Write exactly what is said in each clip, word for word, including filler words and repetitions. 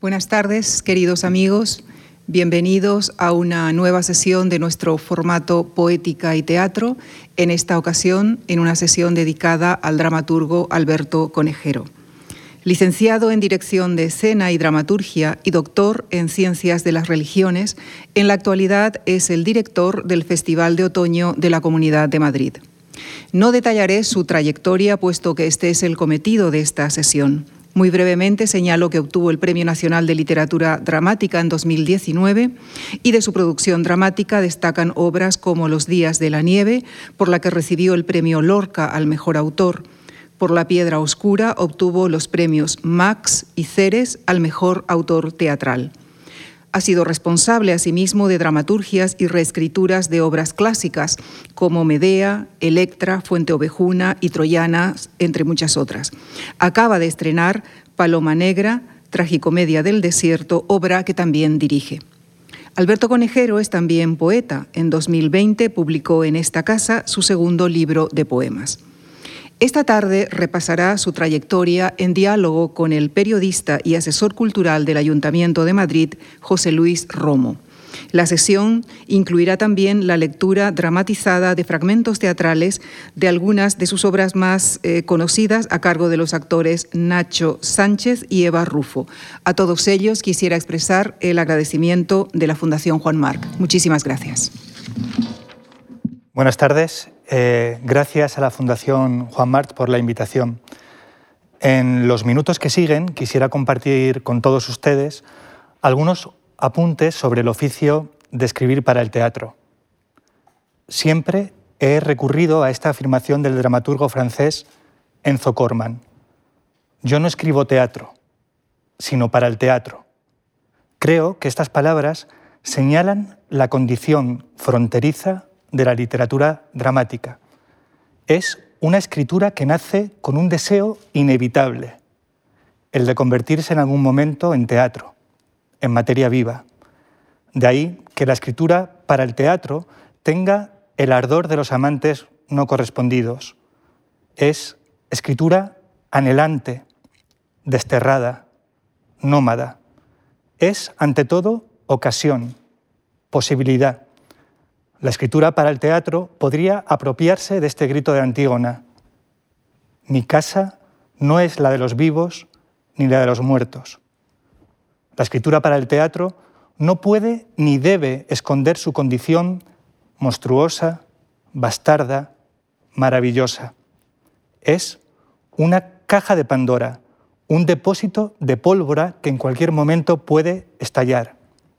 Buenas tardes, queridos amigos. Bienvenidos a una nueva sesión de nuestro formato Poética y Teatro, en esta ocasión en una sesión dedicada al dramaturgo Alberto Conejero. Licenciado en Dirección de Escena y Dramaturgia y doctor en Ciencias de las Religiones, en la actualidad es el director del Festival de Otoño de la Comunidad de Madrid. No detallaré su trayectoria, puesto que este es el cometido de esta sesión. Muy brevemente señalo que obtuvo el Premio Nacional de Literatura Dramática en dos mil diecinueve y de su producción dramática destacan obras como Los días de la nieve, por la que recibió el Premio Lorca al Mejor Autor. Por La piedra oscura obtuvo los premios Max y Ceres al Mejor Autor Teatral. Ha sido responsable asimismo de dramaturgias y reescrituras de obras clásicas como Medea, Electra, Fuente Ovejuna y Troyana, entre muchas otras. Acaba de estrenar Paloma Negra, Tragicomedia del desierto, obra que también dirige. Alberto Conejero es también poeta. En dos mil veinte publicó en esta casa su segundo libro de poemas. Esta tarde repasará su trayectoria en diálogo con el periodista y asesor cultural del Ayuntamiento de Madrid, José Luis Romo. La sesión incluirá también la lectura dramatizada de fragmentos teatrales de algunas de sus obras más eh, conocidas a cargo de los actores Nacho Sánchez y Eva Rufo. A todos ellos quisiera expresar el agradecimiento de la Fundación Juan March. Muchísimas gracias. Buenas tardes. Eh, gracias a la Fundación Juan March por la invitación. En los minutos que siguen quisiera compartir con todos ustedes algunos apuntes sobre el oficio de escribir para el teatro. Siempre he recurrido a esta afirmación del dramaturgo francés Enzo Corman. Yo no escribo teatro, sino para el teatro. Creo que estas palabras señalan la condición fronteriza de la literatura dramática. Es una escritura que nace con un deseo inevitable, el de convertirse en algún momento en teatro, en materia viva. De ahí que la escritura para el teatro tenga el ardor de los amantes no correspondidos. Es escritura anhelante, desterrada, nómada. Es, ante todo, ocasión, posibilidad. La escritura para el teatro podría apropiarse de este grito de Antígona. Mi casa no es la de los vivos ni la de los muertos. La escritura para el teatro no puede ni debe esconder su condición monstruosa, bastarda, maravillosa. Es una caja de Pandora, un depósito de pólvora que en cualquier momento puede estallar.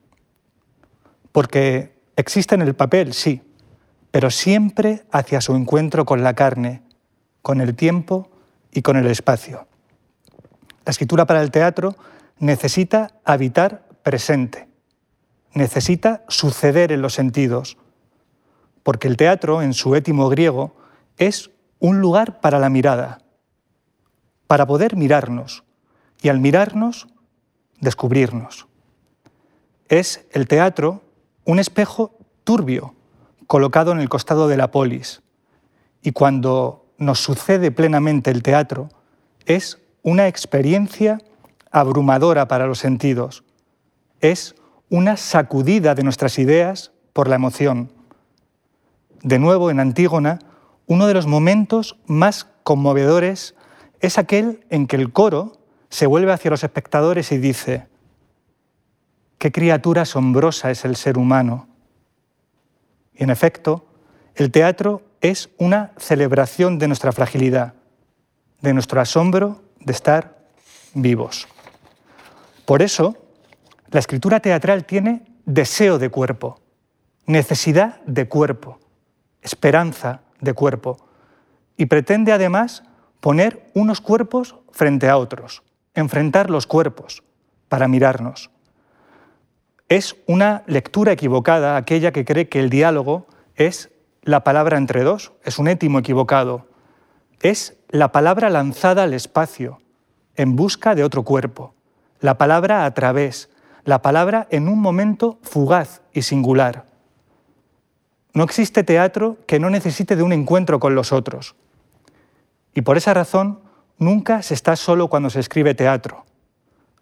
Porque existe en el papel, sí, pero siempre hacia su encuentro con la carne, con el tiempo y con el espacio. La escritura para el teatro necesita habitar presente, necesita suceder en los sentidos, porque el teatro, en su étimo griego, es un lugar para la mirada, para poder mirarnos, y al mirarnos, descubrirnos. Es el teatro un espejo turbio colocado en el costado de la polis. Y cuando nos sucede plenamente el teatro, es una experiencia abrumadora para los sentidos. Es una sacudida de nuestras ideas por la emoción. De nuevo, en Antígona, uno de los momentos más conmovedores es aquel en que el coro se vuelve hacia los espectadores y dice: «Qué criatura asombrosa es el ser humano». Y en efecto, el teatro es una celebración de nuestra fragilidad, de nuestro asombro de estar vivos. Por eso, la escritura teatral tiene deseo de cuerpo, necesidad de cuerpo, esperanza de cuerpo, y pretende además poner unos cuerpos frente a otros, enfrentar los cuerpos para mirarnos. Es una lectura equivocada aquella que cree que el diálogo es la palabra entre dos, es un étimo equivocado. Es la palabra lanzada al espacio, en busca de otro cuerpo, la palabra a través, la palabra en un momento fugaz y singular. No existe teatro que no necesite de un encuentro con los otros. Y por esa razón, nunca se está solo cuando se escribe teatro.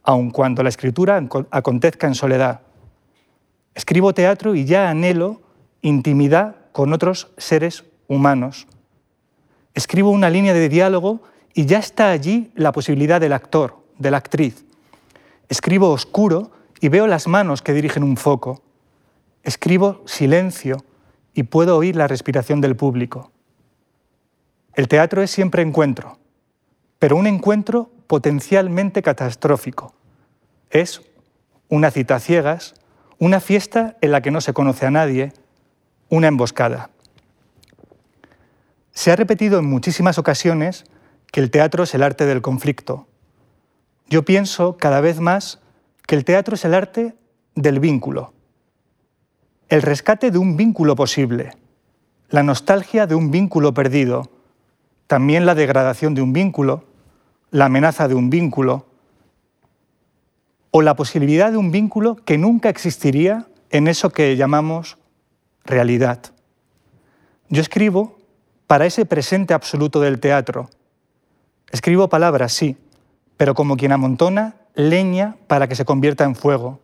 aun cuando la escritura acontezca en soledad. Escribo teatro y ya anhelo intimidad con otros seres humanos. Escribo una línea de diálogo y ya está allí la posibilidad del actor, de la actriz. Escribo oscuro y veo las manos que dirigen un foco. Escribo silencio y puedo oír la respiración del público. El teatro es siempre encuentro, pero un encuentro potencialmente catastrófico. Es una cita a ciegas, una fiesta en la que no se conoce a nadie, una emboscada. Se ha repetido en muchísimas ocasiones que el teatro es el arte del conflicto. Yo pienso cada vez más que el teatro es el arte del vínculo, el rescate de un vínculo posible, la nostalgia de un vínculo perdido, también la degradación de un vínculo, la amenaza de un vínculo o la posibilidad de un vínculo que nunca existiría en eso que llamamos realidad. Yo escribo para ese presente absoluto del teatro. Escribo palabras, sí, pero como quien amontona leña para que se convierta en fuego.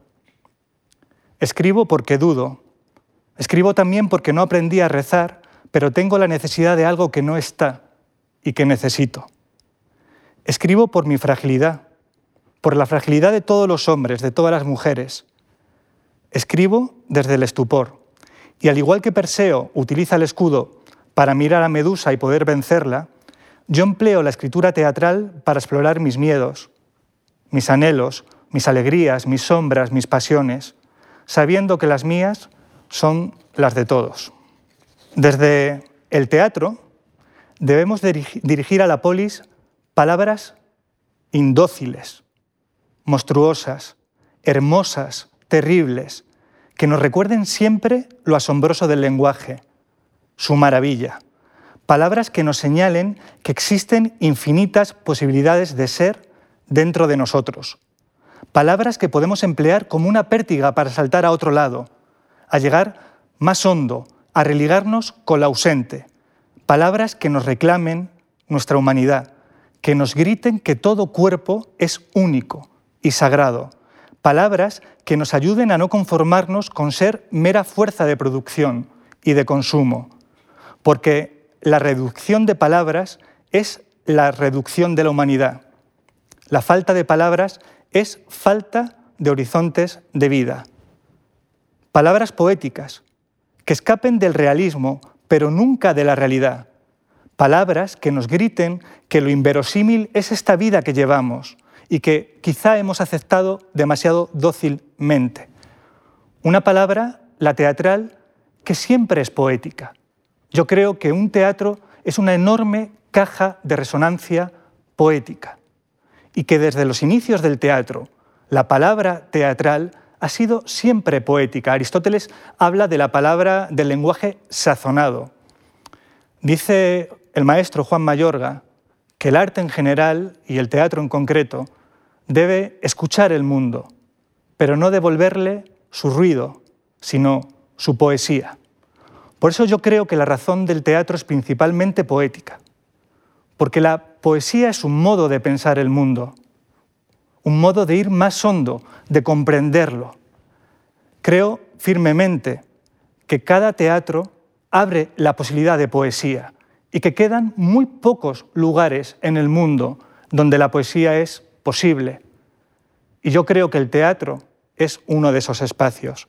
Escribo porque dudo. Escribo también porque no aprendí a rezar, pero tengo la necesidad de algo que no está y que necesito. Escribo por mi fragilidad, por la fragilidad de todos los hombres, de todas las mujeres. Escribo desde el estupor. Y al igual que Perseo utiliza el escudo para mirar a Medusa y poder vencerla, yo empleo la escritura teatral para explorar mis miedos, mis anhelos, mis alegrías, mis sombras, mis pasiones, sabiendo que las mías son las de todos. Desde el teatro debemos dirigir a la polis palabras indóciles, monstruosas, hermosas, terribles, que nos recuerden siempre lo asombroso del lenguaje, su maravilla. Palabras que nos señalen que existen infinitas posibilidades de ser dentro de nosotros. Palabras que podemos emplear como una pértiga para saltar a otro lado, a llegar más hondo, a religarnos con lo ausente. Palabras que nos reclamen nuestra humanidad, que nos griten que todo cuerpo es único y sagrado. Palabras que nos ayuden a no conformarnos con ser mera fuerza de producción y de consumo, porque la reducción de palabras es la reducción de la humanidad. La falta de palabras es falta de horizontes de vida. Palabras poéticas, que escapen del realismo, pero nunca de la realidad. Palabras que nos griten que lo inverosímil es esta vida que llevamos y que quizá hemos aceptado demasiado dócilmente. Una palabra, la teatral, que siempre es poética. Yo creo que un teatro es una enorme caja de resonancia poética y que desde los inicios del teatro, la palabra teatral ha sido siempre poética. Aristóteles habla de la palabra del lenguaje sazonado. Dice el maestro Juan Mayorga que el arte en general y el teatro en concreto debe escuchar el mundo, pero no devolverle su ruido, sino su poesía. Por eso yo creo que la razón del teatro es principalmente poética, porque la poesía es un modo de pensar el mundo, un modo de ir más hondo, de comprenderlo. Creo firmemente que cada teatro abre la posibilidad de poesía y que quedan muy pocos lugares en el mundo donde la poesía es posible. Y yo creo que el teatro es uno de esos espacios.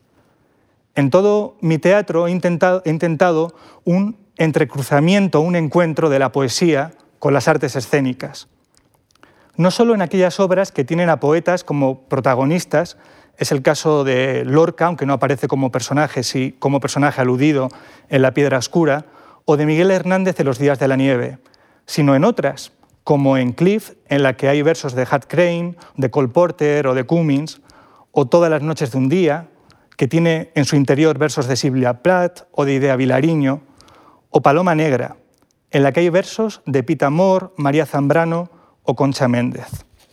En todo mi teatro he intentado, he intentado un entrecruzamiento, un encuentro de la poesía con las artes escénicas. No solo en aquellas obras que tienen a poetas como protagonistas, es el caso de Lorca, aunque no aparece como personaje, sí como personaje aludido en La piedra oscura, o de Miguel Hernández en Los días de la nieve, sino en otras, como en Cliff, en la que hay versos de Hart Crane, de Cole Porter o de Cummins, o Todas las noches de un día, que tiene en su interior versos de Sylvia Plath o de Idea Vilariño, o Paloma Negra, en la que hay versos de Pita Amor, María Zambrano o Concha Méndez.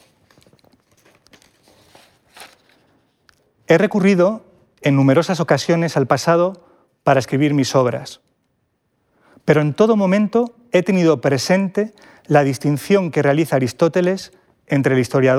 He recurrido en numerosas ocasiones al pasado para escribir mis obras, pero en todo momento he tenido presente la distinción que realiza Aristóteles entre el historiador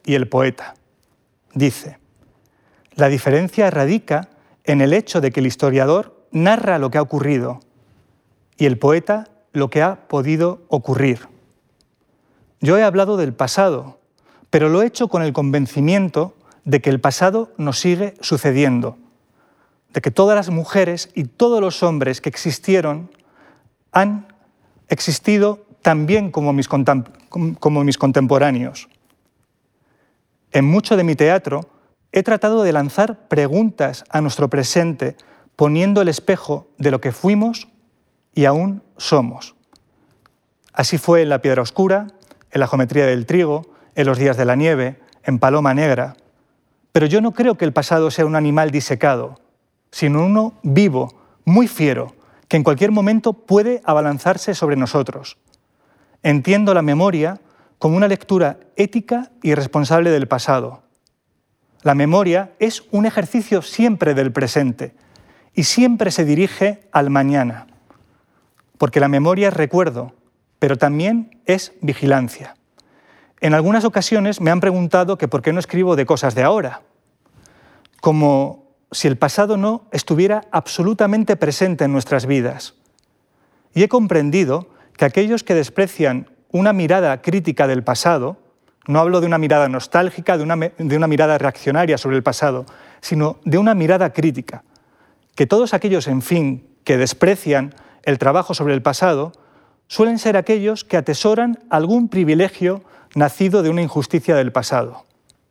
y el poeta. Dice: la diferencia radica en el hecho de que el historiador narra lo que ha ocurrido y el poeta lo que ha podido ocurrir. Yo he hablado del pasado, pero lo he hecho con el convencimiento de que el pasado nos sigue sucediendo, de que todas las mujeres y todos los hombres que existieron han existido también como mis, como mis contemporáneos. En mucho de mi teatro he tratado de lanzar preguntas a nuestro presente, poniendo el espejo de lo que fuimos y aún somos. Así fue en La piedra oscura, en La geometría del trigo, en Los días de la nieve, en Paloma negra. Pero yo no creo que el pasado sea un animal disecado, sino uno vivo, muy fiero, que en cualquier momento puede abalanzarse sobre nosotros. Entiendo la memoria como una lectura ética y responsable del pasado. La memoria es un ejercicio siempre del presente y siempre se dirige al mañana, porque la memoria es recuerdo, pero también es vigilancia. En algunas ocasiones me han preguntado que por qué no escribo de cosas de ahora, como si el pasado no estuviera absolutamente presente en nuestras vidas. Y he comprendido que aquellos que desprecian una mirada crítica del pasado, no hablo de una mirada nostálgica, de una, de una mirada reaccionaria sobre el pasado, sino de una mirada crítica, que todos aquellos, en fin, que desprecian el trabajo sobre el pasado, suelen ser aquellos que atesoran algún privilegio nacido de una injusticia del pasado.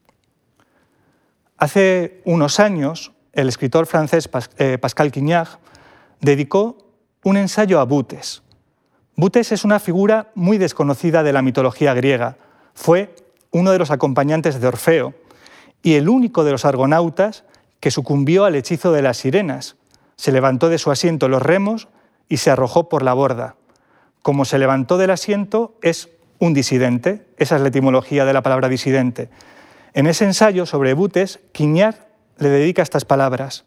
Hace unos años, el escritor francés Pascal Quignard dedicó un ensayo a Butes. Butes es una figura muy desconocida de la mitología griega. Fue uno de los acompañantes de Orfeo y el único de los argonautas que sucumbió al hechizo de las sirenas. Se levantó de su asiento en los remos y se arrojó por la borda. Como se levantó del asiento, es un disidente. Esa es la etimología de la palabra disidente. En ese ensayo sobre Butes, Quignard le dedica estas palabras: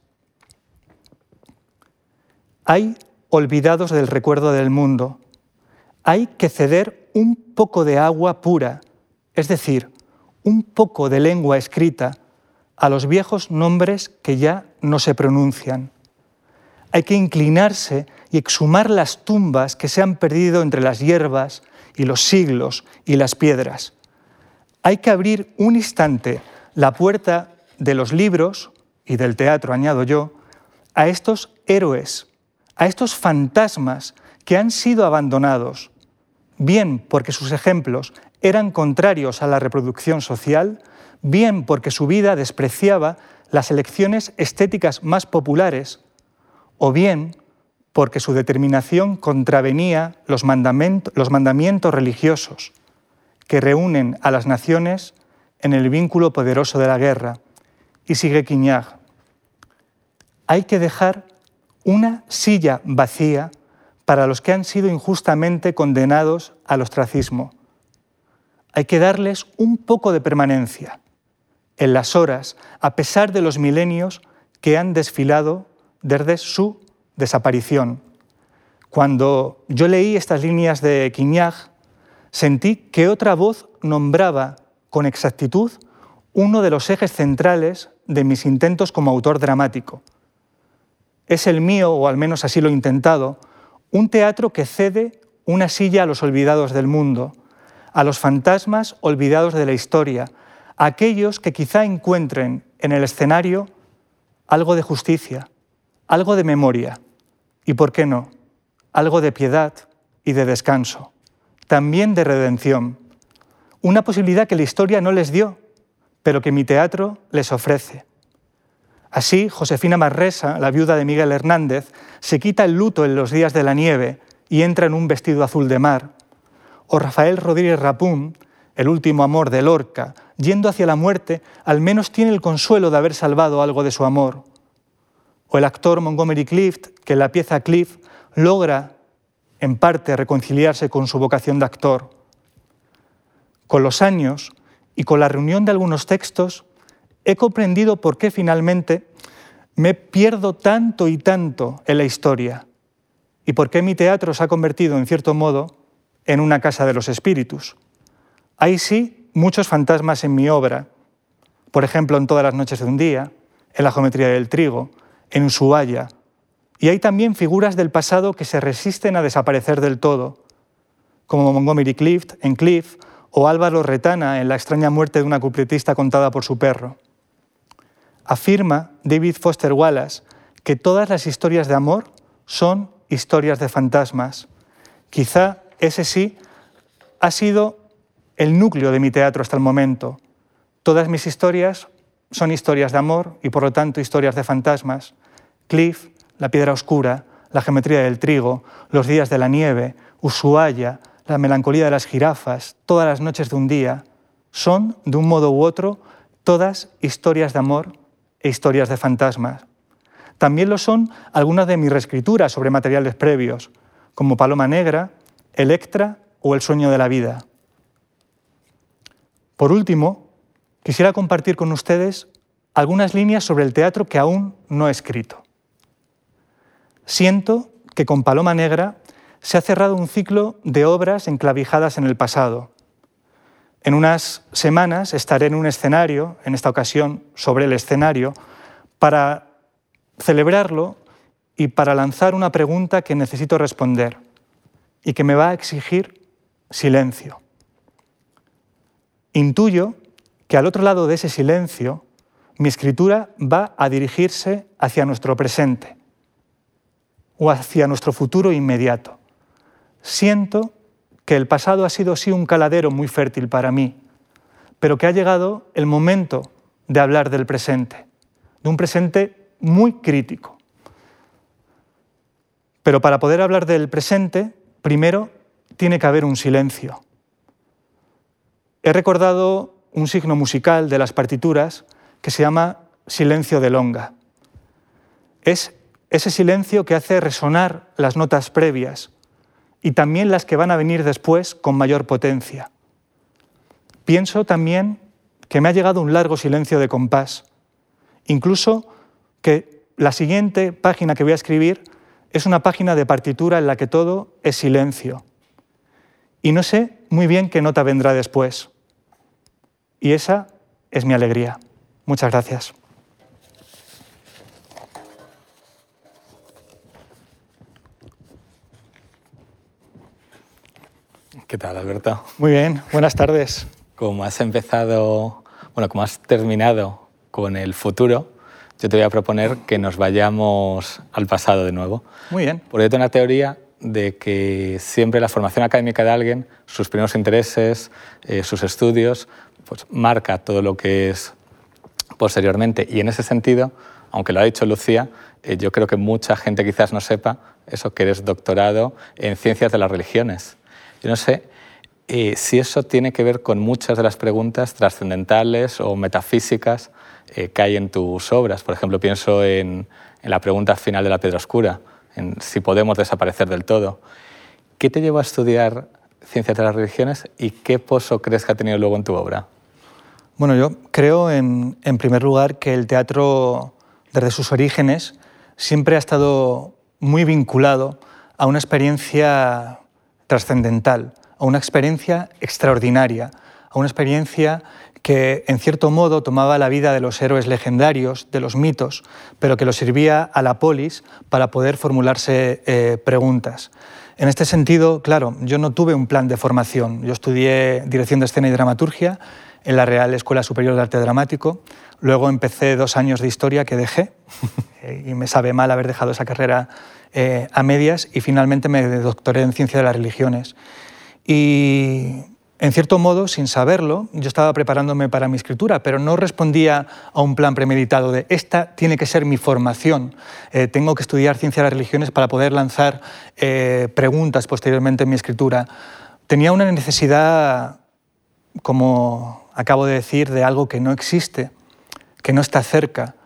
hay olvidados del recuerdo del mundo. Hay que ceder un poco de agua pura, es decir, un poco de lengua escrita, a los viejos nombres que ya no se pronuncian. Hay que inclinarse y exhumar las tumbas que se han perdido entre las hierbas y los siglos y las piedras. Hay que abrir un instante la puerta de los libros y del teatro, añado yo, a estos héroes, a estos fantasmas que han sido abandonados, bien porque sus ejemplos eran contrarios a la reproducción social, bien porque su vida despreciaba las elecciones estéticas más populares, o bien porque su determinación contravenía los mandamientos, los mandamientos religiosos que reúnen a las naciones en el vínculo poderoso de la guerra. Y sigue Quignard: hay que dejar una silla vacía para los que han sido injustamente condenados al ostracismo. Hay que darles un poco de permanencia en las horas, a pesar de los milenios que han desfilado desde su desaparición. Cuando yo leí estas líneas de Quignard, sentí que otra voz nombraba con exactitud uno de los ejes centrales de mis intentos como autor dramático. Es el mío, o al menos así lo he intentado, un teatro que cede una silla a los olvidados del mundo, a los fantasmas olvidados de la historia, a aquellos que quizá encuentren en el escenario algo de justicia, algo de memoria y, ¿por qué no?, algo de piedad y de descanso, también de redención, una posibilidad que la historia no les dio, pero que mi teatro les ofrece. Así, Josefina Marresa, la viuda de Miguel Hernández, se quita el luto en Los días de la nieve y entra en un vestido azul de mar. O Rafael Rodríguez Rapún, el último amor de Lorca, yendo hacia la muerte, al menos tiene el consuelo de haber salvado algo de su amor. O el actor Montgomery Clift, que en la pieza Cliff logra, en parte, reconciliarse con su vocación de actor. Con los años y con la reunión de algunos textos, he comprendido por qué finalmente me pierdo tanto y tanto en la historia y por qué mi teatro se ha convertido, en cierto modo, en una casa de los espíritus. Ahí sí muchos fantasmas en mi obra, por ejemplo, en Todas las noches de un día, en La geometría del trigo, en Ushuaia. Y hay también figuras del pasado que se resisten a desaparecer del todo, como Montgomery Clift en Cliff o Álvaro Retana en La extraña muerte de una cupletista contada por su perro. Afirma David Foster Wallace que todas las historias de amor son historias de fantasmas. Quizá ese sí ha sido el núcleo de mi teatro hasta el momento. Todas mis historias son historias de amor y por lo tanto historias de fantasmas. Cliff, La piedra oscura, La geometría del trigo, Los días de la nieve, Ushuaia, La melancolía de las jirafas, Todas las noches de un día, son, de un modo u otro, todas historias de amor e historias de fantasmas. También lo son algunas de mis reescrituras sobre materiales previos, como Paloma Negra, Electra o El sueño de la vida. Por último, quisiera compartir con ustedes algunas líneas sobre el teatro que aún no he escrito. Siento que con Paloma Negra se ha cerrado un ciclo de obras enclavijadas en el pasado. En unas semanas estaré en un escenario, en esta ocasión sobre el escenario, para celebrarlo y para lanzar una pregunta que necesito responder y que me va a exigir silencio. Intuyo que al otro lado de ese silencio, mi escritura va a dirigirse hacia nuestro presente o hacia nuestro futuro inmediato. Siento que el pasado ha sido sí un caladero muy fértil para mí, pero que ha llegado el momento de hablar del presente, de un presente muy crítico. Pero para poder hablar del presente, primero tiene que haber un silencio. He recordado un signo musical de las partituras que se llama silencio de longa. Es ese silencio que hace resonar las notas previas y también las que van a venir después con mayor potencia. Pienso también que me ha llegado un largo silencio de compás, incluso que la siguiente página que voy a escribir es una página de partitura en la que todo es silencio. Y no sé muy bien qué nota vendrá después. Y esa es mi alegría. Muchas gracias. ¿Qué tal, Alberto? Muy bien, buenas tardes. Como has empezado, bueno, como has terminado con el futuro, yo te voy a proponer que nos vayamos al pasado de nuevo. Muy bien. Porque yo tengo una teoría de que siempre la formación académica de alguien, sus primeros intereses, eh, sus estudios, pues marca todo lo que es posteriormente. Y en ese sentido, aunque lo ha dicho Lucía, eh, yo creo que mucha gente quizás no sepa eso, que eres doctorado en ciencias de las religiones. Yo no sé eh, si eso tiene que ver con muchas de las preguntas trascendentales o metafísicas eh, que hay en tus obras. Por ejemplo, pienso en, en la pregunta final de La piedra oscura, en si podemos desaparecer del todo. ¿Qué te llevó a estudiar ciencias de las religiones y qué pozo crees que ha tenido luego en tu obra? Bueno, yo creo, en, en primer lugar, que el teatro, desde sus orígenes, siempre ha estado muy vinculado a una experiencia trascendental, a una experiencia extraordinaria, a una experiencia que, en cierto modo, tomaba la vida de los héroes legendarios, de los mitos, pero que lo servía a la polis para poder formularse eh, preguntas. En este sentido, claro, yo no tuve un plan de formación. Yo estudié dirección de escena y dramaturgia en la Real Escuela Superior de Arte Dramático. Luego empecé dos años de historia que dejé y me sabe mal haber dejado esa carrera eh, a medias, y finalmente me doctoré en ciencia de las religiones. Y en cierto modo, sin saberlo, yo estaba preparándome para mi escritura, pero no respondía a un plan premeditado de esta tiene que ser mi formación. Eh, tengo que estudiar ciencia de las religiones para poder lanzar eh, preguntas posteriormente en mi escritura. Tenía una necesidad, como acabo de decir, de algo que no existe, que no está cerca,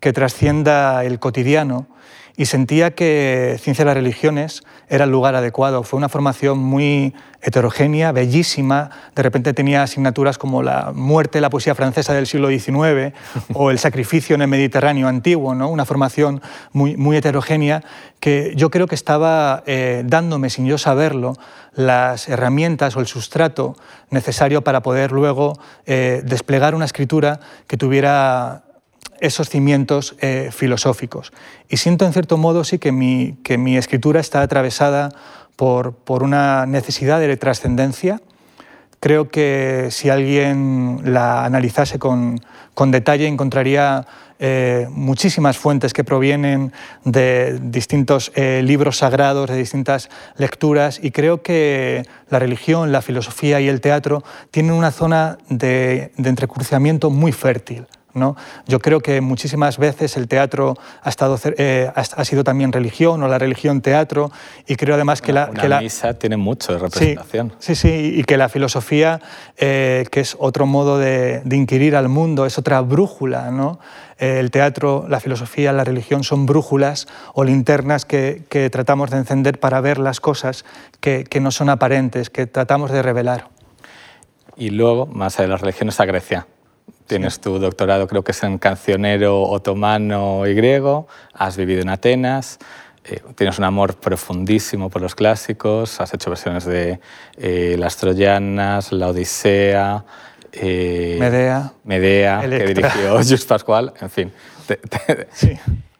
que trascienda el cotidiano, y sentía que Ciencia de las Religiones era el lugar adecuado. Fue una formación muy heterogénea, bellísima. De repente tenía asignaturas como la muerte, la poesía francesa del siglo diecinueve o el sacrificio en el Mediterráneo antiguo, ¿no? Una formación muy, muy heterogénea que yo creo que estaba eh, dándome, sin yo saberlo, las herramientas o el sustrato necesario para poder luego eh, desplegar una escritura que tuviera esos cimientos eh, filosóficos. Y siento, en cierto modo, sí que mi, que mi escritura está atravesada por, por una necesidad de trascendencia. Creo que si alguien la analizase con, con detalle encontraría eh, muchísimas fuentes que provienen de distintos eh, libros sagrados, de distintas lecturas, y creo que la religión, la filosofía y el teatro tienen una zona de, de entrecruzamiento muy fértil, ¿no? Yo creo que muchísimas veces el teatro ha, estado, eh, ha, ha sido también religión, o la religión teatro, y creo además que la... Una que la, misa tiene mucho de representación. Sí, sí, sí, y que la filosofía, eh, que es otro modo de, de inquirir al mundo, es otra brújula, ¿no? Eh, el teatro, la filosofía, la religión son brújulas o linternas que, que tratamos de encender para ver las cosas que, que no son aparentes, que tratamos de revelar. Y luego, más allá de las religiones, a Grecia. Tienes sí. tu doctorado, creo que es en cancionero otomano y griego, has vivido en Atenas, eh, tienes un amor profundísimo por los clásicos, has hecho versiones de eh, Las Troyanas, La Odisea, eh, Medea, Medea que dirigió Just Pascual, en fin. Te, te, sí.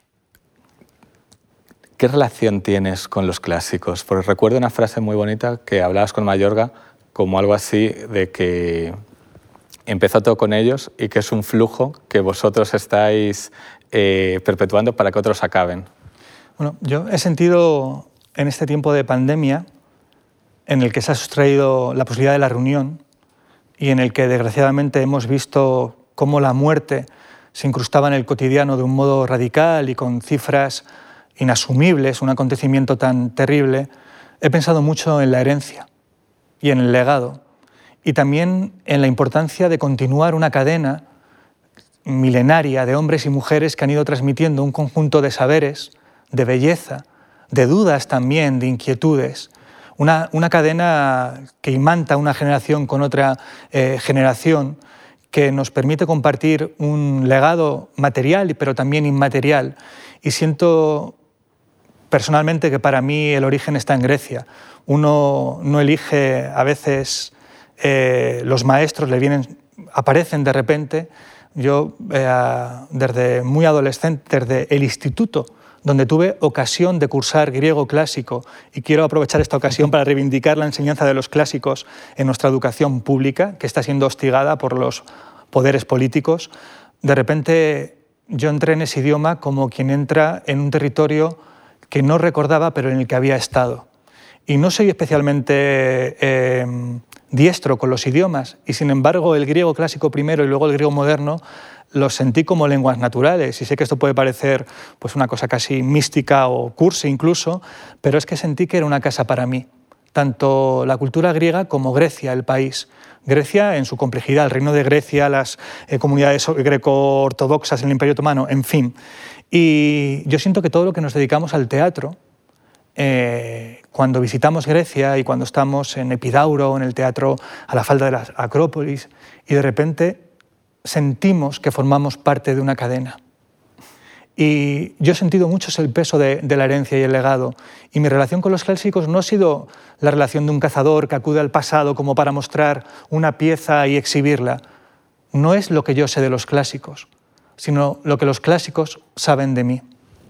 ¿Qué relación tienes con los clásicos? Porque recuerdo una frase muy bonita que hablabas con Mayorga, como algo así de que empezó todo con ellos y que es un flujo que vosotros estáis eh, perpetuando para que otros acaben. Bueno, yo he sentido en este tiempo de pandemia, en el que se ha sustraído la posibilidad de la reunión y en el que desgraciadamente hemos visto cómo la muerte se incrustaba en el cotidiano de un modo radical y con cifras inasumibles, un acontecimiento tan terrible, he pensado mucho en la herencia y en el legado, y también en la importancia de continuar una cadena milenaria de hombres y mujeres que han ido transmitiendo un conjunto de saberes, de belleza, de dudas también, de inquietudes, una, una cadena que imanta una generación con otra eh, generación, que nos permite compartir un legado material, pero también inmaterial. Y siento personalmente que para mí el origen está en Grecia. Uno no elige a veces... Eh, los maestros le vienen, aparecen de repente. Yo, eh, desde muy adolescente, desde el instituto, donde tuve ocasión de cursar griego clásico, y quiero aprovechar esta ocasión para reivindicar la enseñanza de los clásicos en nuestra educación pública, que está siendo hostigada por los poderes políticos, de repente yo entré en ese idioma como quien entra en un territorio que no recordaba, pero en el que había estado. Y no soy especialmente... Eh, diestro con los idiomas, y sin embargo el griego clásico primero y luego el griego moderno los sentí como lenguas naturales, y sé que esto puede parecer pues, una cosa casi mística o cursi incluso, pero es que sentí que era una casa para mí, tanto la cultura griega como Grecia, el país. Grecia en su complejidad, el reino de Grecia, las eh, comunidades greco-ortodoxas en el Imperio Otomano, en fin. Y yo siento que todo lo que nos dedicamos al teatro, Eh, cuando visitamos Grecia y cuando estamos en Epidauro, en el teatro a la falda de la Acrópolis, y de repente sentimos que formamos parte de una cadena. Y yo he sentido mucho el peso de, de la herencia y el legado, y mi relación con los clásicos no ha sido la relación de un cazador que acude al pasado como para mostrar una pieza y exhibirla. No es lo que yo sé de los clásicos, sino lo que los clásicos saben de mí.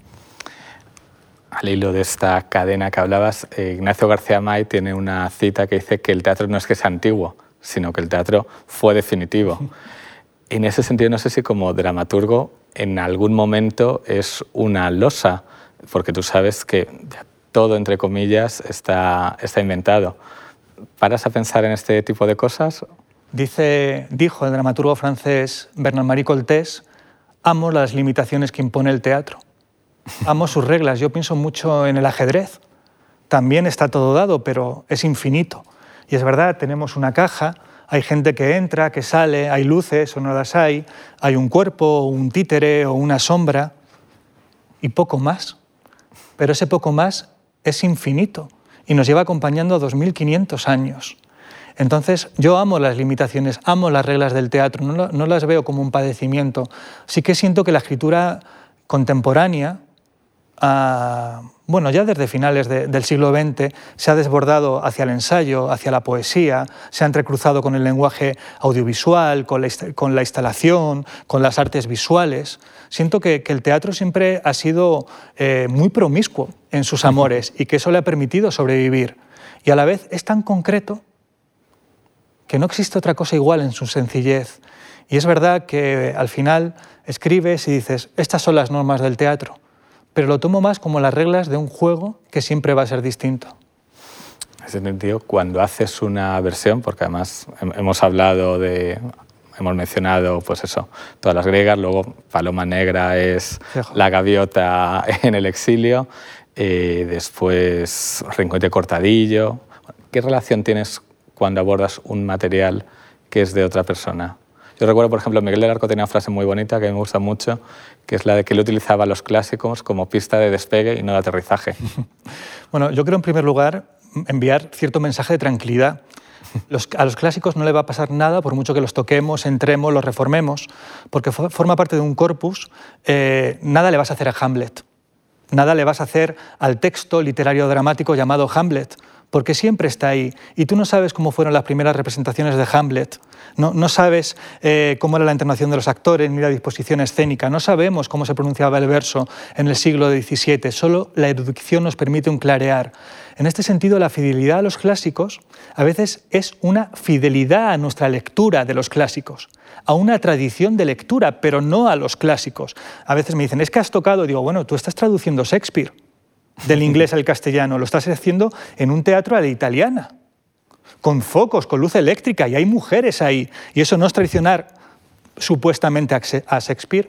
Al hilo de esta cadena que hablabas, eh, Ignacio García May tiene una cita que dice que el teatro no es que sea antiguo, sino que el teatro fue definitivo. En ese sentido, no sé si como dramaturgo en algún momento es una losa, porque tú sabes que todo, entre comillas, está, está inventado. ¿Paras a pensar en este tipo de cosas? Dice, dijo el dramaturgo francés Bernard-Marie Coltès: amo las limitaciones que impone el teatro. Amo sus reglas. Yo pienso mucho en el ajedrez. También está todo dado, pero es infinito. Y es verdad, tenemos una caja, Hay gente que entra, que sale, hay luces o no las hay, hay un cuerpo, un títere o una sombra y poco más. Pero ese poco más es infinito y nos lleva acompañando dos mil quinientos años. Entonces, yo amo las limitaciones, amo las reglas del teatro, no, no las veo como un padecimiento. Sí que siento que la escritura contemporánea, uh, bueno, ya desde finales de, del siglo veinte, se ha desbordado hacia el ensayo, hacia la poesía, se ha entrecruzado con el lenguaje audiovisual, con la, con la instalación, con las artes visuales. Siento que, que el teatro siempre ha sido eh, muy promiscuo en sus amores y que eso le ha permitido sobrevivir. Y a la vez es tan concreto que no existe otra cosa igual en su sencillez. Y es verdad que al final escribes y dices, estas son las normas del teatro, pero lo tomo más como las reglas de un juego que siempre va a ser distinto. En ese sentido, cuando haces una versión, porque además hemos hablado de, hemos mencionado, pues eso, todas las griegas, luego Paloma Negra es Fijo. La gaviota en el exilio, eh, después Rincón de Cortadillo. ¿Qué relación tienes cuando abordas un material que es de otra persona? Yo recuerdo, por ejemplo, Miguel del Arco tenía una frase muy bonita que a mí me gusta mucho, que es la de que él utilizaba los clásicos como pista de despegue y no de aterrizaje. Bueno, yo creo en primer lugar enviar cierto mensaje de tranquilidad. Los, a los clásicos no le va a pasar nada por mucho que los toquemos, entremos, los reformemos, porque forma parte de un corpus. Eh, nada le vas a hacer a Hamlet, nada le vas a hacer al texto literario dramático llamado Hamlet, porque siempre está ahí. Y tú no sabes cómo fueron las primeras representaciones de Hamlet, no, no sabes eh, cómo era la entonación de los actores ni la disposición escénica, no sabemos cómo se pronunciaba el verso en el siglo diecisiete, solo la erudición nos permite un clarear. En este sentido, la fidelidad a los clásicos a veces es una fidelidad a nuestra lectura de los clásicos, a una tradición de lectura, pero no a los clásicos. A veces me dicen, es que has tocado, y digo, bueno, tú estás traduciendo Shakespeare del inglés al castellano, lo estás haciendo en un teatro a la italiana, con focos, con luz eléctrica, y hay mujeres ahí, y eso no es traicionar supuestamente a Shakespeare.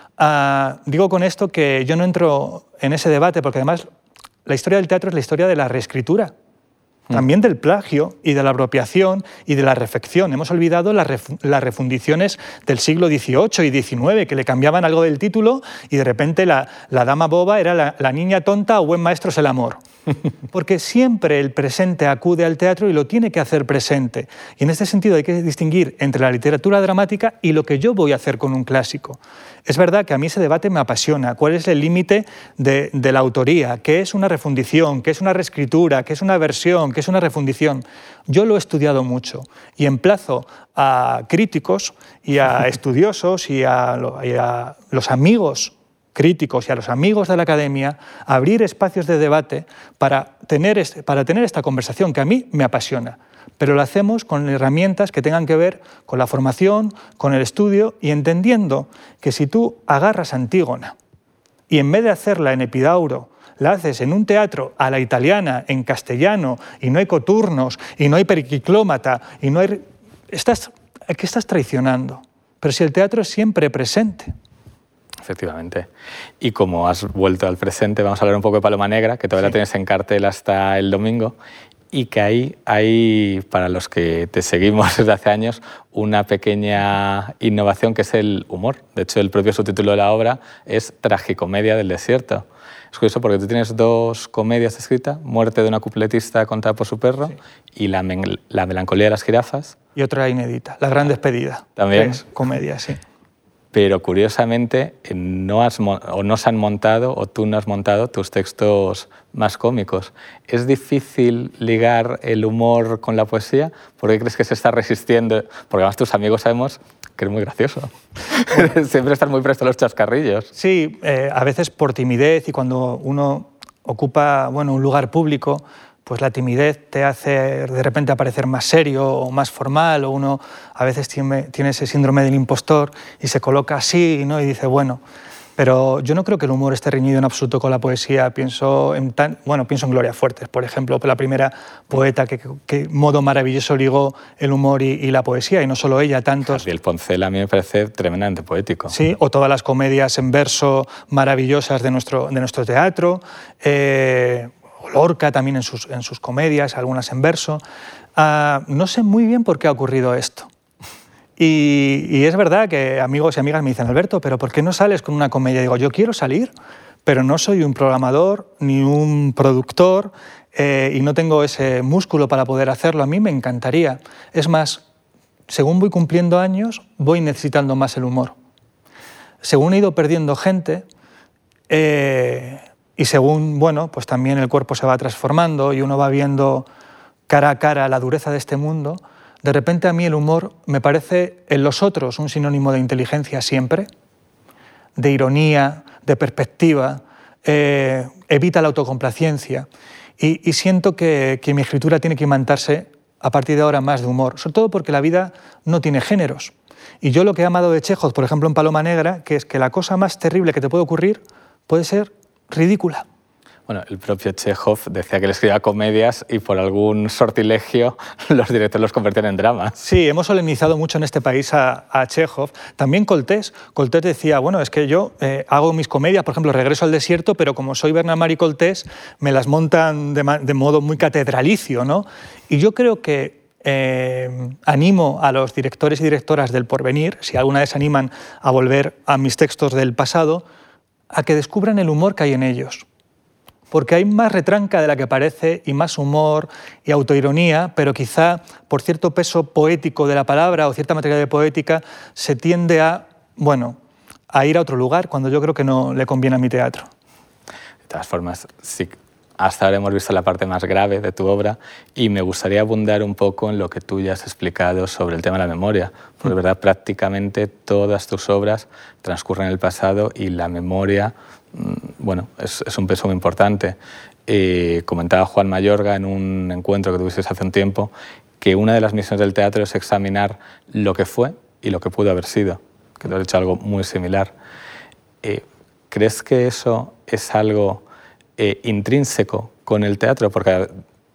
Uh, digo con esto que yo no entro en ese debate, porque además la historia del teatro es la historia de la reescritura, también del plagio y de la apropiación y de la refección. Hemos olvidado las, ref las refundiciones del siglo dieciocho y diecinueve, que le cambiaban algo del título y de repente la, la dama boba era la, la niña tonta o buen maestro es el amor. Porque siempre el presente acude al teatro y lo tiene que hacer presente. Y en este sentido hay que distinguir entre la literatura dramática y lo que yo voy a hacer con un clásico. Es verdad que a mí ese debate me apasiona. ¿Cuál es el límite de, de la autoría? ¿Qué es una refundición? ¿Qué es una reescritura? ¿Qué es una versión? ¿Qué es una refundición? Yo lo he estudiado mucho y emplazo a críticos y a estudiosos y a, y a los amigos críticos y a los amigos de la academia a abrir espacios de debate para tener, este, para tener esta conversación que a mí me apasiona, pero lo hacemos con herramientas que tengan que ver con la formación, con el estudio y entendiendo que si tú agarras Antígona y en vez de hacerla en Epidauro la haces en un teatro a la italiana, en castellano, y no hay coturnos, y no hay periquiclómata, y no hay... Estás, ¿qué estás traicionando? Pero si el teatro es siempre presente. Efectivamente. Y como has vuelto al presente, vamos a hablar un poco de Paloma Negra, que todavía sí. La tienes en cartel hasta el domingo, y que ahí hay, para los que te seguimos desde hace años, una pequeña innovación que es el humor. De hecho, el propio subtítulo de la obra es Tragicomedia del desierto. Es curioso porque tú tienes dos comedias escritas, Muerte de una cupletista contada por su perro, sí. y la, la Melancolía de las jirafas. Y otra inédita, La gran despedida. También. Es comedia, sí. Pero curiosamente no, has, o no se han montado, o tú no has montado tus textos más cómicos. ¿Es difícil ligar el humor con la poesía? ¿Por qué crees que se está resistiendo? Porque además tus amigos sabemos que eres muy gracioso. Siempre estás muy presto a los chascarrillos. Sí, eh, a veces por timidez y cuando uno ocupa bueno, un lugar público, pues la timidez te hace de repente aparecer más serio o más formal, o uno a veces tiene, tiene ese síndrome del impostor y se coloca así, ¿no? Y dice, bueno, pero yo no creo que el humor esté reñido en absoluto con la poesía. Pienso en, tan, bueno, pienso en Gloria Fuertes, por ejemplo, la primera poeta que, que modo maravilloso ligó el humor y, y la poesía, y no solo ella, tantos... Gabriel Poncela a mí me parece tremendamente poético. Sí, o todas las comedias en verso maravillosas de nuestro, de nuestro teatro. Eh, o Lorca también en sus, en sus comedias, algunas en verso. Uh, no sé muy bien por qué ha ocurrido esto. Y, y es verdad que amigos y amigas me dicen, Alberto, ¿pero por qué no sales con una comedia? Digo, yo quiero salir, pero no soy un programador ni un productor eh, y no tengo ese músculo para poder hacerlo. A mí me encantaría. Es más, según voy cumpliendo años, voy necesitando más el humor. Según he ido perdiendo gente eh, y según, bueno, pues también el cuerpo se va transformando y uno va viendo cara a cara la dureza de este mundo, de repente a mí el humor me parece en los otros un sinónimo de inteligencia siempre, de ironía, de perspectiva, eh, evita la autocomplacencia y, y siento que, que mi escritura tiene que imantarse a partir de ahora más de humor, sobre todo porque la vida no tiene géneros. Y yo lo que he amado de Chekhov, por ejemplo en Paloma Negra, que es que la cosa más terrible que te puede ocurrir puede ser ridícula. Bueno, el propio Chekhov decía que él escribía comedias y por algún sortilegio los directores los convertían en dramas. Sí, hemos solemnizado mucho en este país a, a Chekhov. También Coltés. Coltés decía, bueno, es que yo eh, hago mis comedias, por ejemplo, Regreso al desierto, pero como soy Bernard Marie Coltés, me las montan de, de modo muy catedralicio, ¿no? Y yo creo que eh, animo a los directores y directoras del porvenir, si alguna vez se animan a volver a mis textos del pasado, a que descubran el humor que hay en ellos. Porque hay más retranca de la que parece y más humor y autoironía, pero quizá por cierto peso poético de la palabra o cierta materia de poética se tiende a, bueno, a ir a otro lugar cuando yo creo que no le conviene a mi teatro. De todas formas, sí, hasta ahora hemos visto la parte más grave de tu obra y me gustaría abundar un poco en lo que tú ya has explicado sobre el tema de la memoria. Porque, de verdad, prácticamente todas tus obras transcurren en el pasado y la memoria, bueno, es, es un peso muy importante. Eh, comentaba Juan Mayorga en un encuentro que tuvisteis hace un tiempo que una de las misiones del teatro es examinar lo que fue y lo que pudo haber sido, que tú has hecho algo muy similar. Eh, ¿Crees que eso es algo eh, intrínseco con el teatro? Porque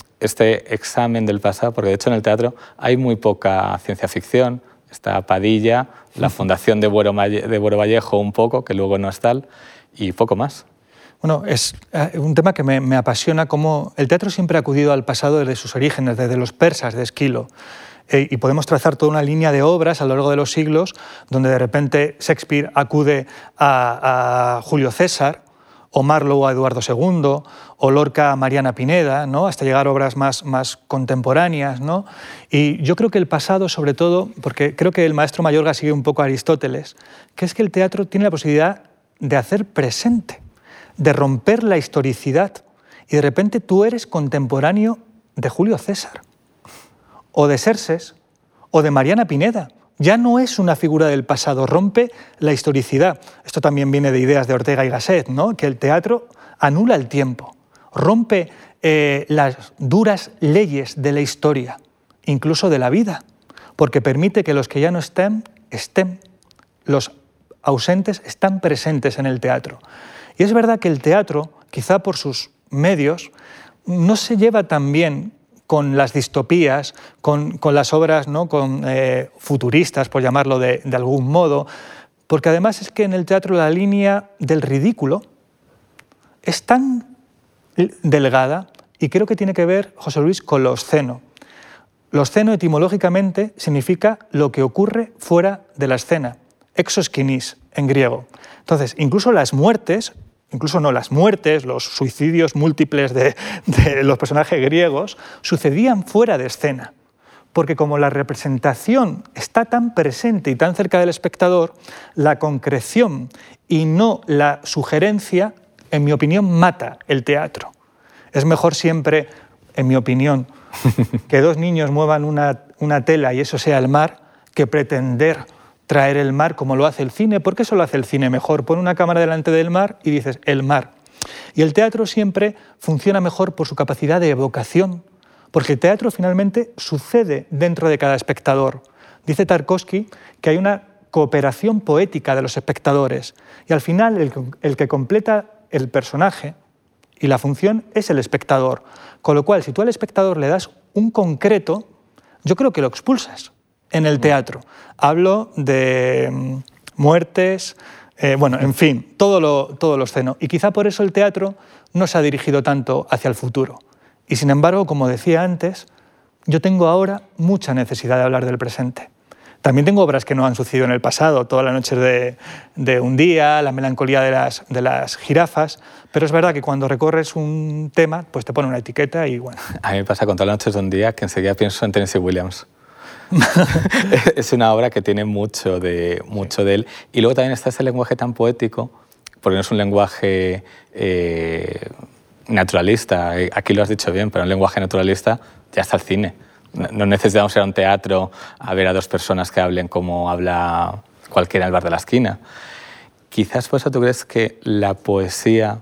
este examen del pasado, porque de hecho en el teatro hay muy poca ciencia ficción, está Padilla, la fundación de Buero, de Buero Vallejo un poco, que luego no es tal, y poco más. Bueno, es un tema que me, me apasiona, cómo el teatro siempre ha acudido al pasado desde sus orígenes, desde los persas de Esquilo. Eh, y podemos trazar toda una línea de obras a lo largo de los siglos donde de repente Shakespeare acude a, a Julio César, o Marlowe a Eduardo segundo, o Lorca a Mariana Pineda, ¿no? Hasta llegar a obras más, más contemporáneas, ¿no? Y yo creo que el pasado, sobre todo, porque creo que el maestro Mayorga sigue un poco a Aristóteles, que es que el teatro tiene la posibilidad de hacer presente, de romper la historicidad, y de repente tú eres contemporáneo de Julio César, o de Xerxes, o de Mariana Pineda. Ya no es una figura del pasado, rompe la historicidad. Esto también viene de ideas de Ortega y Gasset, ¿no? Que el teatro anula el tiempo, rompe eh, las duras leyes de la historia, incluso de la vida, porque permite que los que ya no estén, estén. Los ausentes están presentes en el teatro. Y es verdad que el teatro, quizá por sus medios, no se lleva tan bien con las distopías, con, con las obras, ¿no? con, eh, futuristas, por llamarlo de, de algún modo, porque además es que en el teatro la línea del ridículo es tan delgada y creo que tiene que ver, José Luis, con lo obsceno. Lo obsceno etimológicamente significa lo que ocurre fuera de la escena, exoskinis en griego. Entonces, incluso las muertes, incluso no las muertes, los suicidios múltiples de, de los personajes griegos, sucedían fuera de escena. Porque como la representación está tan presente y tan cerca del espectador, la concreción y no la sugerencia, en mi opinión, mata el teatro. Es mejor siempre, en mi opinión, que dos niños muevan una, una tela y eso sea el mar, que pretender traer el mar como lo hace el cine, porque eso lo hace el cine mejor. Pon una cámara delante del mar y dices, el mar. Y el teatro siempre funciona mejor por su capacidad de evocación, porque el teatro finalmente sucede dentro de cada espectador. Dice Tarkovsky que hay una cooperación poética de los espectadores y al final el, el que completa el personaje y la función es el espectador. Con lo cual, si tú al espectador le das un concreto, yo creo que lo expulsas en el teatro. Hablo de muertes, Eh, bueno, en fin, todo lo, todo lo obsceno. Y quizá por eso el teatro no se ha dirigido tanto hacia el futuro. Y sin embargo, como decía antes, yo tengo ahora mucha necesidad de hablar del presente. También tengo obras que no han sucedido en el pasado, Todas las noches de, de un día, La melancolía de las, de las jirafas, pero es verdad que cuando recorres un tema, pues te pone una etiqueta y bueno. A mí me pasa con Todas las noches de un día que enseguida pienso en Tennessee Williams. Es una obra que tiene mucho de, mucho de él. Y luego también está ese lenguaje tan poético, porque no es un lenguaje eh, naturalista, aquí lo has dicho bien, pero un lenguaje naturalista ya está el cine. No necesitamos ir a un teatro a ver a dos personas que hablen como habla cualquiera en el bar de la esquina. Quizás por eso tú crees que la poesía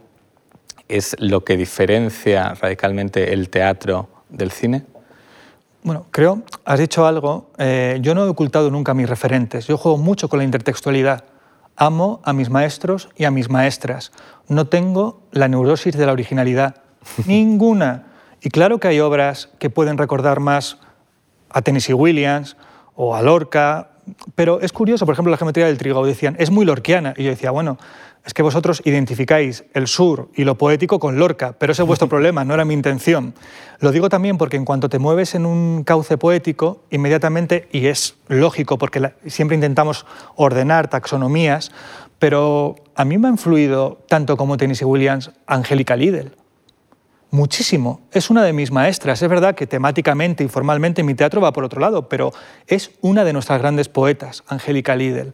es lo que diferencia radicalmente el teatro del cine. Bueno, creo, has dicho algo, eh, yo no he ocultado nunca mis referentes, yo juego mucho con la intertextualidad. Amo a mis maestros y a mis maestras. No tengo la neurosis de la originalidad, ninguna. Y claro que hay obras que pueden recordar más a Tennessee Williams o a Lorca, pero es curioso, por ejemplo, la geometría del trigo, decían, es muy lorquiana. Y yo decía, bueno, es que vosotros identificáis el sur y lo poético con Lorca, pero ese es vuestro problema, no era mi intención. Lo digo también porque en cuanto te mueves en un cauce poético, inmediatamente, y es lógico porque la, siempre intentamos ordenar taxonomías, pero a mí me ha influido tanto como Tennessee Williams, Angélica Lidl. Muchísimo. Es una de mis maestras. Es verdad que temáticamente y formalmente mi teatro va por otro lado, pero es una de nuestras grandes poetas, Angélica Lidl.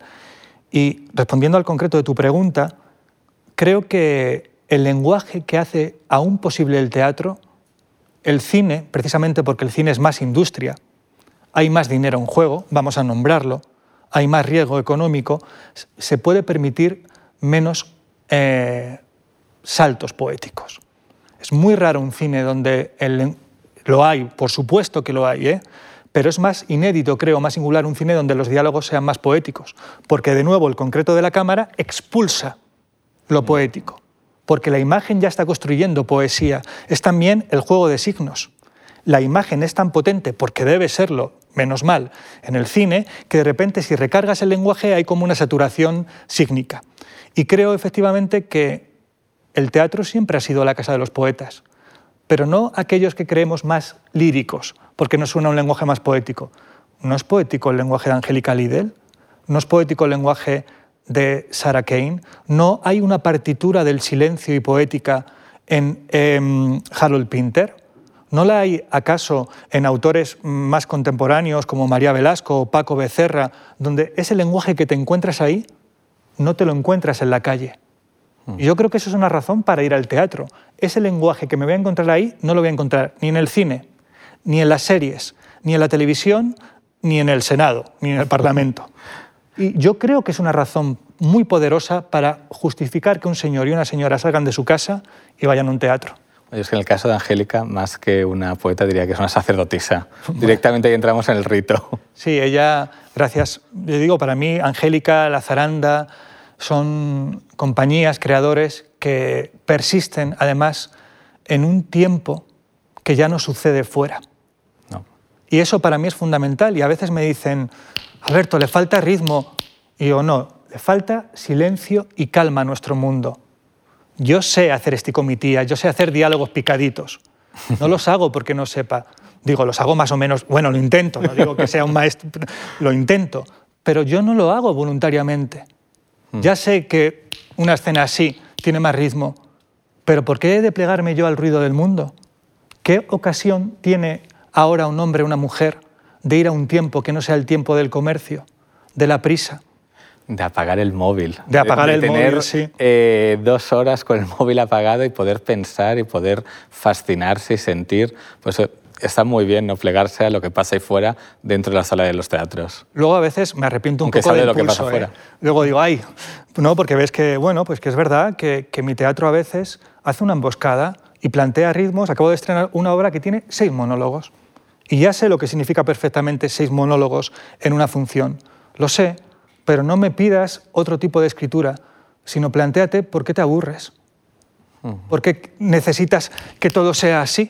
Y respondiendo al concreto de tu pregunta, creo que el lenguaje que hace aún posible el teatro, el cine, precisamente porque el cine es más industria, hay más dinero en juego, vamos a nombrarlo, hay más riesgo económico, se puede permitir menos eh, saltos poéticos. Es muy raro un cine donde el, lo hay, por supuesto que lo hay, ¿eh? Pero es más inédito, creo, más singular un cine donde los diálogos sean más poéticos, porque de nuevo el concreto de la cámara expulsa lo poético, porque la imagen ya está construyendo poesía. Es también el juego de signos. La imagen es tan potente, porque debe serlo, menos mal, en el cine, que de repente si recargas el lenguaje hay como una saturación sígnica. Y creo efectivamente que el teatro siempre ha sido la casa de los poetas, pero no aquellos que creemos más líricos, porque nos suena un lenguaje más poético. ¿No es poético el lenguaje de Angélica Lidl? ¿No es poético el lenguaje de Sarah Kane? ¿No hay una partitura del silencio y poética en eh, Harold Pinter? ¿No la hay acaso en autores más contemporáneos como María Velasco o Paco Becerra, donde ese lenguaje que te encuentras ahí no te lo encuentras en la calle? Y yo creo que eso es una razón para ir al teatro. Ese lenguaje que me voy a encontrar ahí no lo voy a encontrar ni en el cine, ni en las series, ni en la televisión, ni en el Senado, ni en el Parlamento. Y yo creo que es una razón muy poderosa para justificar que un señor y una señora salgan de su casa y vayan a un teatro. Oye, es que en el caso de Angélica, más que una poeta, diría que es una sacerdotisa. Directamente ahí entramos en el rito. Sí, ella, gracias. Yo digo, para mí, Angélica, La Zaranda, son compañías, creadores que persisten, además, en un tiempo que ya no sucede fuera. No. Y eso para mí es fundamental. Y a veces me dicen, Alberto, le falta ritmo. Y yo, no, le falta silencio y calma a nuestro mundo. Yo sé hacer esticomitías, yo sé hacer diálogos picaditos. No los hago porque no sepa. Digo, los hago más o menos, bueno, lo intento, no digo que sea un maestro, lo intento, pero yo no lo hago voluntariamente. Ya sé que una escena así tiene más ritmo, pero ¿por qué he de plegarme yo al ruido del mundo? ¿Qué ocasión tiene ahora un hombre o una mujer de ir a un tiempo que no sea el tiempo del comercio, de la prisa? De apagar el móvil. De apagar de, de el tener, móvil, sí. Eh, dos horas con el móvil apagado y poder pensar y poder fascinarse y sentir. Pues está muy bien no plegarse a lo que pasa ahí fuera dentro de la sala de los teatros. Luego a veces me arrepiento un Aunque poco sabe del lo que pulso, pasa ¿eh? fuera. Luego digo, ay, no, porque ves que, bueno, pues que es verdad que, que mi teatro a veces hace una emboscada y plantea ritmos. Acabo de estrenar una obra que tiene seis monólogos. Y ya sé lo que significa perfectamente seis monólogos en una función. Lo sé, pero no me pidas otro tipo de escritura, sino plantéate por qué te aburres. Uh-huh. ¿Por qué necesitas que todo sea así?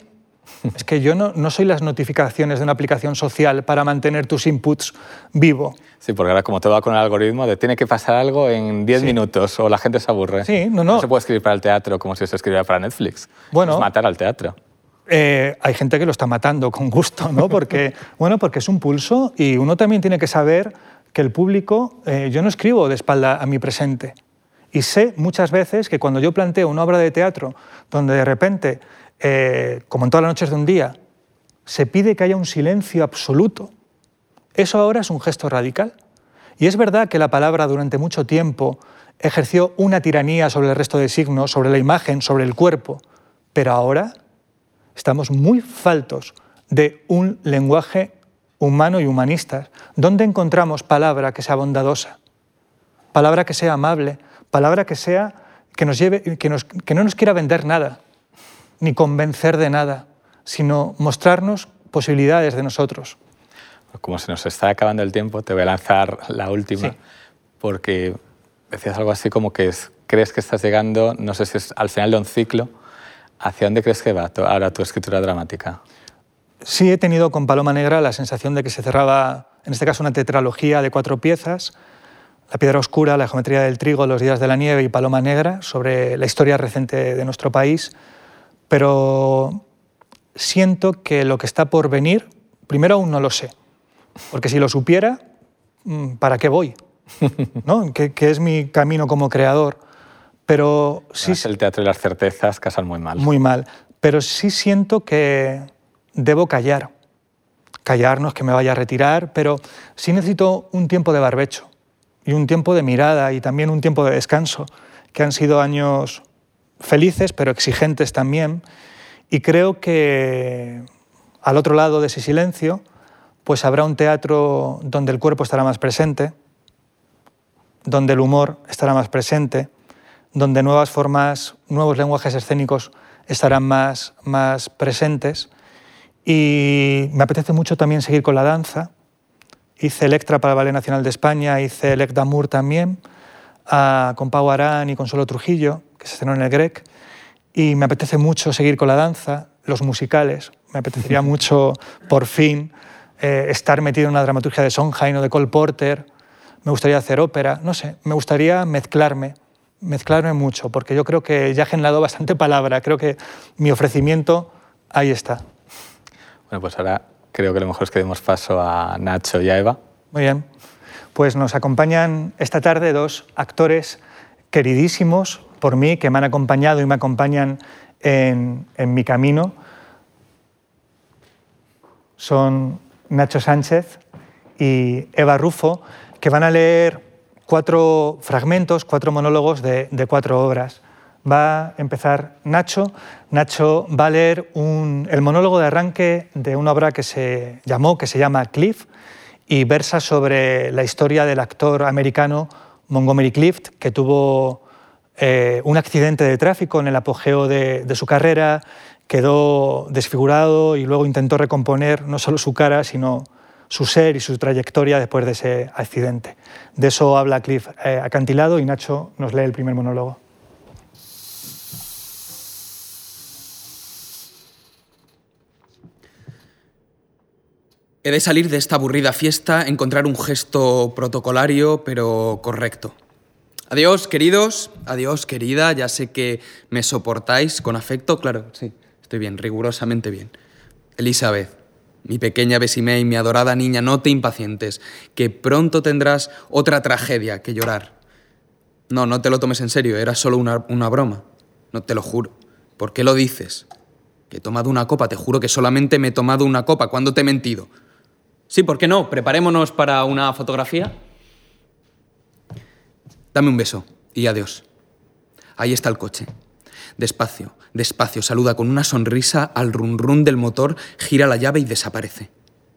Es que yo no, no soy las notificaciones de una aplicación social para mantener tus inputs vivo. Sí, porque ahora como todo va con el algoritmo de tiene que pasar algo en diez Sí. minutos o la gente se aburre. Sí, no, no. No se puede escribir para el teatro como si se escribiera para Netflix. Bueno. Es matar al teatro. Eh, hay gente que lo está matando con gusto, ¿no? Porque, bueno, porque es un pulso y uno también tiene que saber que el público... Eh, yo no escribo de espalda a mi presente y sé muchas veces que cuando yo planteo una obra de teatro donde de repente, eh, como en todas las noches de un día, se pide que haya un silencio absoluto, eso ahora es un gesto radical. Y es verdad que la palabra durante mucho tiempo ejerció una tiranía sobre el resto de signos, sobre la imagen, sobre el cuerpo, pero ahora estamos muy faltos de un lenguaje humano y humanista, donde encontramos palabra que sea bondadosa, palabra que sea amable, palabra que sea que nos lleve, que, nos, que no nos quiera vender nada, ni convencer de nada, sino mostrarnos posibilidades de nosotros. Como se nos está acabando el tiempo, te voy a lanzar la última, Sí. porque decías algo así como que es, crees que estás llegando, no sé si es al final de un ciclo. ¿Hacia dónde crees que va tu, ahora tu escritura dramática? Sí, he tenido con Paloma Negra la sensación de que se cerraba, en este caso, una tetralogía de cuatro piezas, La piedra oscura, La geometría del trigo, Los días de la nieve y Paloma Negra, sobre la historia reciente de nuestro país, pero siento que lo que está por venir, primero aún no lo sé, porque si lo supiera, ¿para qué voy? ¿No? ¿Qué, qué es mi camino como creador? Pero sí, Es el teatro y las certezas casan muy mal. Muy mal. Pero sí siento que debo callar. Callar no es que me vaya a retirar, pero sí necesito un tiempo de barbecho y un tiempo de mirada y también un tiempo de descanso, que han sido años felices, pero exigentes también. Y creo que al otro lado de ese silencio, pues habrá un teatro donde el cuerpo estará más presente, donde el humor estará más presente, donde nuevas formas, nuevos lenguajes escénicos estarán más, más presentes. Y me apetece mucho también seguir con la danza. Hice Electra para el Ballet Nacional de España, hice Elec d'Amour también, uh, con Pau Arán y Consuelo Trujillo, que se estrenó en el Grec. Y me apetece mucho seguir con la danza, los musicales. Me apetecería mucho, por fin, eh, estar metido en una dramaturgia de Sondheim o de Cole Porter. Me gustaría hacer ópera, no sé, me gustaría mezclarme. mezclarme mucho, porque yo creo que ya he generado bastante palabra, creo que mi ofrecimiento ahí está. Bueno, pues ahora creo que lo mejor es que demos paso a Nacho y a Eva. Muy bien, pues nos acompañan esta tarde dos actores queridísimos por mí, que me han acompañado y me acompañan en, en mi camino. Son Nacho Sánchez y Eva Rufo, que van a leer cuatro fragmentos, cuatro monólogos de, de cuatro obras. Va a empezar Nacho. Nacho va a leer un, el monólogo de arranque de una obra que se llamó, que se llama Cliff, y versa sobre la historia del actor americano Montgomery Clift, que tuvo eh, un accidente de tráfico en el apogeo de, de su carrera, quedó desfigurado y luego intentó recomponer no solo su cara, sino su ser y su trayectoria después de ese accidente. De eso habla Cliff eh, acantilado y Nacho nos lee el primer monólogo. He de salir de esta aburrida fiesta, encontrar un gesto protocolario, pero correcto. Adiós, queridos. Adiós, querida. Ya sé que me soportáis con afecto. Claro, sí, estoy bien, rigurosamente bien. Elizabeth, mi pequeña Bessie-May, mi adorada niña, no te impacientes, que pronto tendrás otra tragedia que llorar. No, no te lo tomes en serio, era solo una, una broma. No te lo juro. ¿Por qué lo dices? Que he tomado una copa, te juro que solamente me he tomado una copa. ¿Cuándo te he mentido? Sí, ¿por qué no? Preparémonos para una fotografía. Dame un beso y adiós. Ahí está el coche. Despacio, despacio, saluda con una sonrisa al run run del motor, gira la llave y desaparece.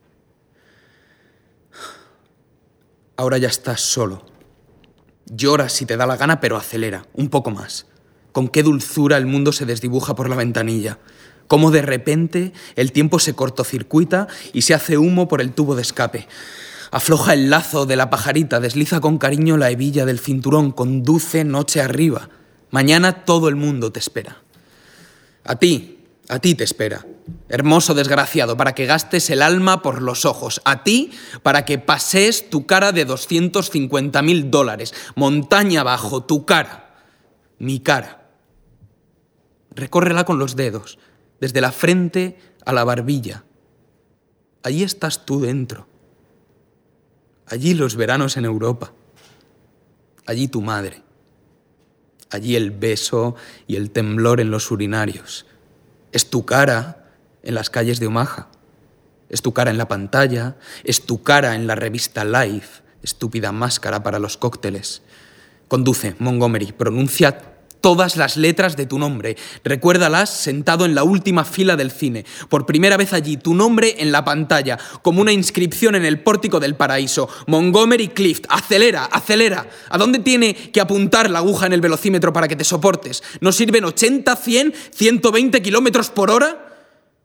Ahora ya estás solo. Llora si te da la gana, pero acelera, un poco más. Con qué dulzura el mundo se desdibuja por la ventanilla. Cómo de repente el tiempo se cortocircuita y se hace humo por el tubo de escape. Afloja el lazo de la pajarita, desliza con cariño la hebilla del cinturón, conduce noche arriba. Mañana todo el mundo te espera. A ti, A ti te espera, hermoso desgraciado, para que gastes el alma por los ojos. A ti, para que pasees tu cara de doscientos cincuenta mil dólares. Montaña abajo, tu cara. Mi cara. Recórrela con los dedos, desde la frente a la barbilla. Allí estás tú dentro. Allí los veranos en Europa. Allí tu madre. Allí el beso y el temblor en los urinarios. Es tu cara en las calles de Omaha. Es tu cara en la pantalla. Es tu cara en la revista Life. Estúpida máscara para los cócteles. Conduce, Montgomery. Pronuncia todas las letras de tu nombre. Recuérdalas sentado en la última fila del cine. Por primera vez allí, tu nombre en la pantalla, como una inscripción en el pórtico del paraíso. Montgomery Clift. Acelera, acelera. ¿A dónde tiene que apuntar la aguja en el velocímetro para que te soportes? ¿No sirven ochenta, cien, ciento veinte kilómetros por hora?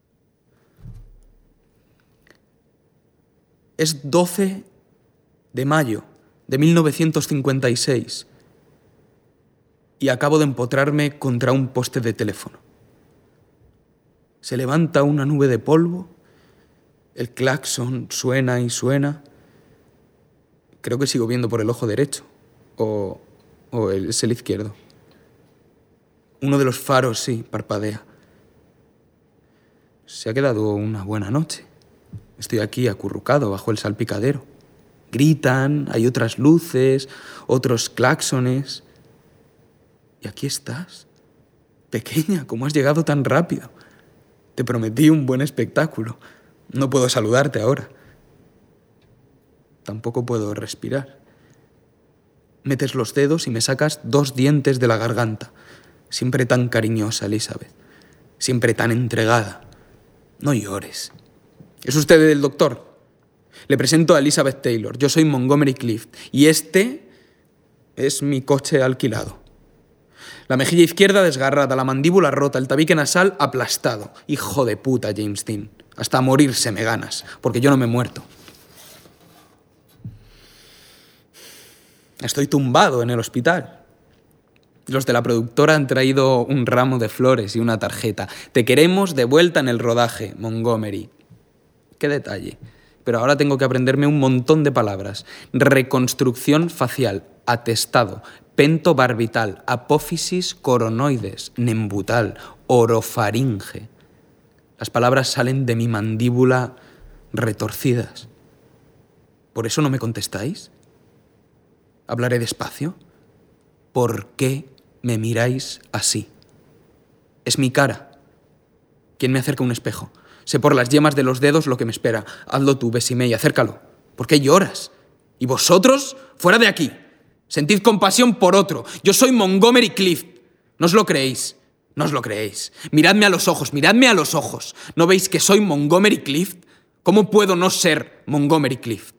Es doce de mayo de mil novecientos cincuenta y seis. Y acabo de empotrarme contra un poste de teléfono. Se levanta una nube de polvo, el claxon suena y suena. Creo que sigo viendo por el ojo derecho, o, o el, es el izquierdo. Uno de los faros, sí, parpadea. Se ha quedado una buena noche. Estoy aquí acurrucado bajo el salpicadero. Gritan, hay otras luces, otros claxones. Y aquí estás, pequeña, ¿cómo has llegado tan rápido? Te prometí un buen espectáculo. No puedo saludarte ahora. Tampoco puedo respirar. Metes los dedos y me sacas dos dientes de la garganta. Siempre tan cariñosa, Elizabeth. Siempre tan entregada. No llores. ¿Es usted el doctor? Le presento a Elizabeth Taylor. Yo soy Montgomery Clift. Y este es mi coche alquilado. La mejilla izquierda desgarrada, la mandíbula rota, el tabique nasal aplastado. Hijo de puta, James Dean. Hasta morirse me ganas, porque yo no me he muerto. Estoy tumbado en el hospital. Los de la productora han traído un ramo de flores y una tarjeta. Te queremos de vuelta en el rodaje, Montgomery. Qué detalle. Pero ahora tengo que aprenderme un montón de palabras. Reconstrucción facial, atestado, pentobarbital, apófisis coronoides, nembutal, orofaringe. Las palabras salen de mi mandíbula retorcidas. ¿Por eso no me contestáis? ¿Hablaré despacio? ¿Por qué me miráis así? Es mi cara. ¿Quién me acerca un espejo? Sé por las yemas de los dedos lo que me espera. Hazlo tú, Bessie, acércalo. ¿Por qué lloras? ¿Y vosotros? ¡Fuera de aquí! Sentid compasión por otro. Yo soy Montgomery Clift. ¿No os lo creéis? No os lo creéis. Miradme a los ojos, miradme a los ojos. ¿No veis que soy Montgomery Clift? ¿Cómo puedo no ser Montgomery Clift?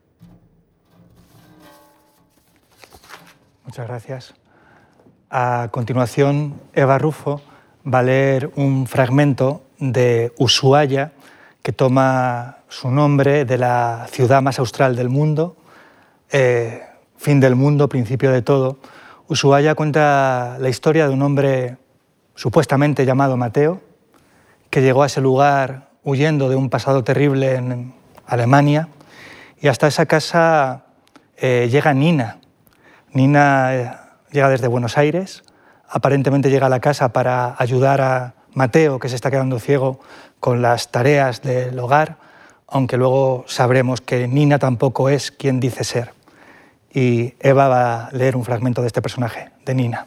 Muchas gracias. A continuación, Eva Rufo va a leer un fragmento de Ushuaia que toma su nombre de la ciudad más austral del mundo, eh, fin del mundo, principio de todo. Ushuaia cuenta la historia de un hombre supuestamente llamado Mateo, que llegó a ese lugar huyendo de un pasado terrible en Alemania, y hasta esa casa eh, llega Nina. Nina eh, llega desde Buenos Aires, aparentemente llega a la casa para ayudar a Mateo, que se está quedando ciego, con las tareas del hogar, aunque luego sabremos que Nina tampoco es quien dice ser. Y Eva va a leer un fragmento de este personaje, de Nina.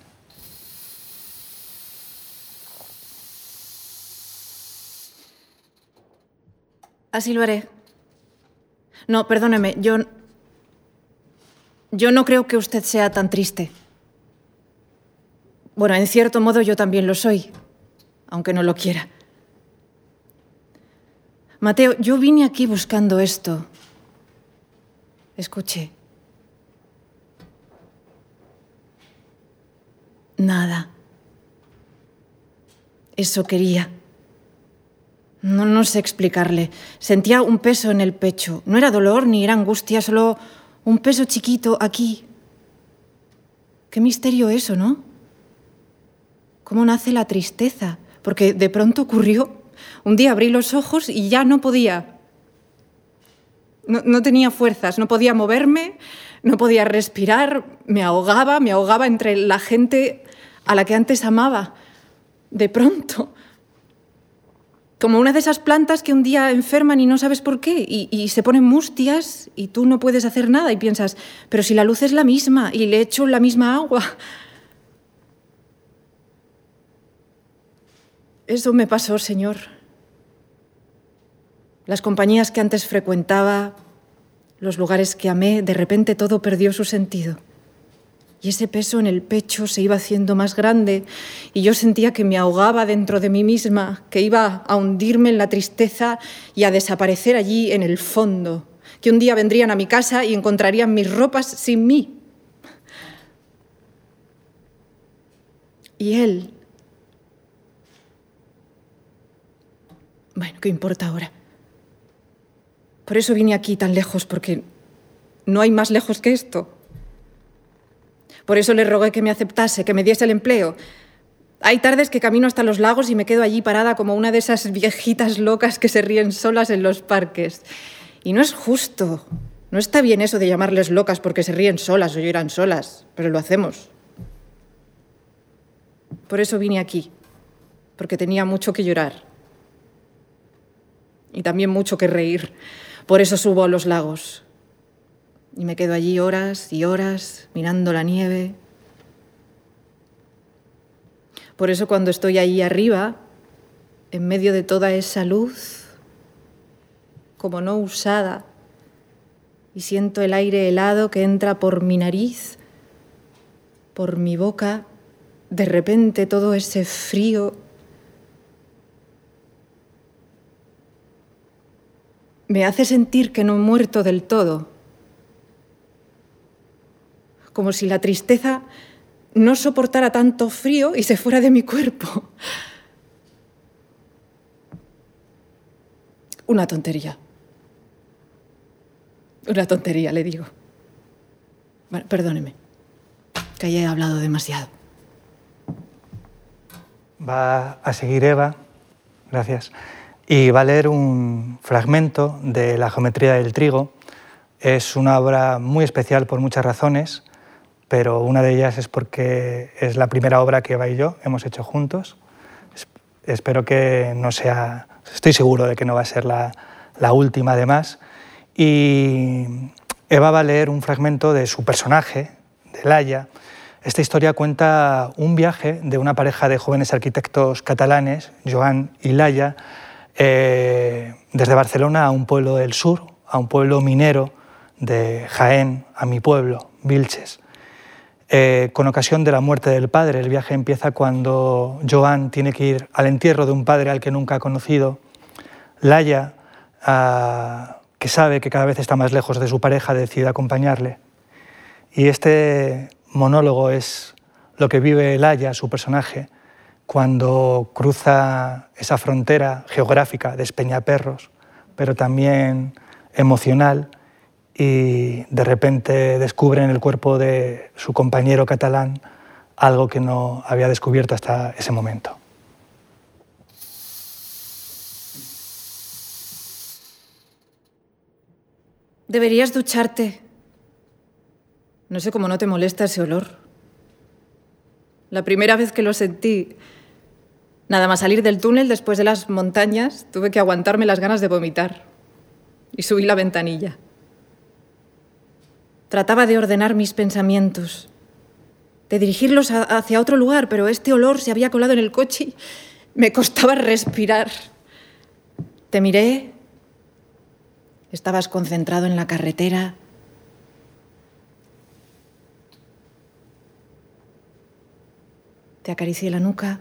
Así lo haré. No, perdóneme, yo... Yo no creo que usted sea tan triste. Bueno, en cierto modo yo también lo soy, aunque no lo quiera. Mateo, yo vine aquí buscando esto. Escuche. Nada. Eso quería. No, no sé explicarle. Sentía un peso en el pecho. No era dolor ni era angustia, solo un peso chiquito aquí. Qué misterio eso, ¿no? ¿Cómo nace la tristeza? porque de pronto ocurrió. Un día abrí los ojos y ya no podía. No, no tenía fuerzas, no podía moverme, no podía respirar, me ahogaba, me ahogaba entre la gente a la que antes amaba. De pronto, como una de esas plantas que un día enferman y no sabes por qué, y, y se ponen mustias y tú no puedes hacer nada y piensas, pero si la luz es la misma y le echo la misma agua. Eso me pasó, Señor. Las compañías que antes frecuentaba, los lugares que amé, de repente todo perdió su sentido. Y ese peso en el pecho se iba haciendo más grande y yo sentía que me ahogaba dentro de mí misma, que iba a hundirme en la tristeza y a desaparecer allí en el fondo, que un día vendrían a mi casa y encontrarían mis ropas sin mí. Y él... Bueno, ¿qué importa ahora? Por eso vine aquí tan lejos, porque no hay más lejos que esto. Por eso le rogué que me aceptase, que me diese el empleo. Hay tardes que camino hasta los lagos y me quedo allí parada como una de esas viejitas locas que se ríen solas en los parques. Y no es justo. No está bien eso de llamarles locas porque se ríen solas o lloran solas, pero lo hacemos. Por eso vine aquí, porque tenía mucho que llorar. Y también mucho que reír. Por eso subo a los lagos. Y me quedo allí horas y horas mirando la nieve. Por eso cuando estoy ahí arriba, en medio de toda esa luz, como no usada, y siento el aire helado que entra por mi nariz, por mi boca, de repente todo ese frío me hace sentir que no he muerto del todo. Como si la tristeza no soportara tanto frío y se fuera de mi cuerpo. Una tontería. Una tontería, le digo. Bueno, perdóneme, que haya hablado demasiado. Va a seguir Eva, gracias, y va a leer un fragmento de La geometría del trigo. Es una obra muy especial por muchas razones, pero una de ellas es porque es la primera obra que Eva y yo hemos hecho juntos. Espero que no sea, estoy seguro de que no va a ser la, la última además. Y Eva va a leer un fragmento de su personaje, de Laia. Esta historia cuenta un viaje de una pareja de jóvenes arquitectos catalanes, Joan y Laia, eh, desde Barcelona a un pueblo del sur, a un pueblo minero de Jaén, a mi pueblo, Vilches. Eh, con ocasión de la muerte del padre, el viaje empieza cuando Joan tiene que ir al entierro de un padre al que nunca ha conocido. Laia, uh, que sabe que cada vez está más lejos de su pareja, decide acompañarle. Y este monólogo es lo que vive Laia, su personaje, cuando cruza esa frontera geográfica de Espeñaperros, pero también emocional, y de repente descubre en el cuerpo de su compañero catalán algo que no había descubierto hasta ese momento. Deberías ducharte. No sé cómo no te molesta ese olor. La primera vez que lo sentí, nada más salir del túnel después de las montañas, tuve que aguantarme las ganas de vomitar y subí la ventanilla. Trataba de ordenar mis pensamientos, de dirigirlos a, hacia otro lugar, pero este olor se había colado en el coche y me costaba respirar. Te miré, estabas concentrado en la carretera. Te acaricié la nuca.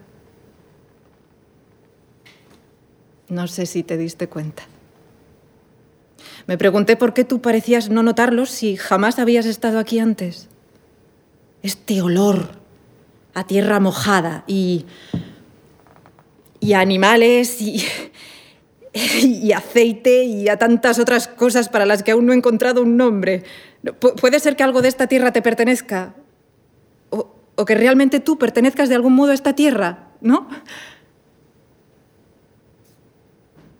No sé si te diste cuenta. Me pregunté por qué tú parecías no notarlos si jamás habías estado aquí antes. Este olor a tierra mojada y, y a animales y, y aceite y a tantas otras cosas para las que aún no he encontrado un nombre. Pu- ¿Puede ser que algo de esta tierra te pertenezca? O, o que realmente tú pertenezcas de algún modo a esta tierra, ¿no?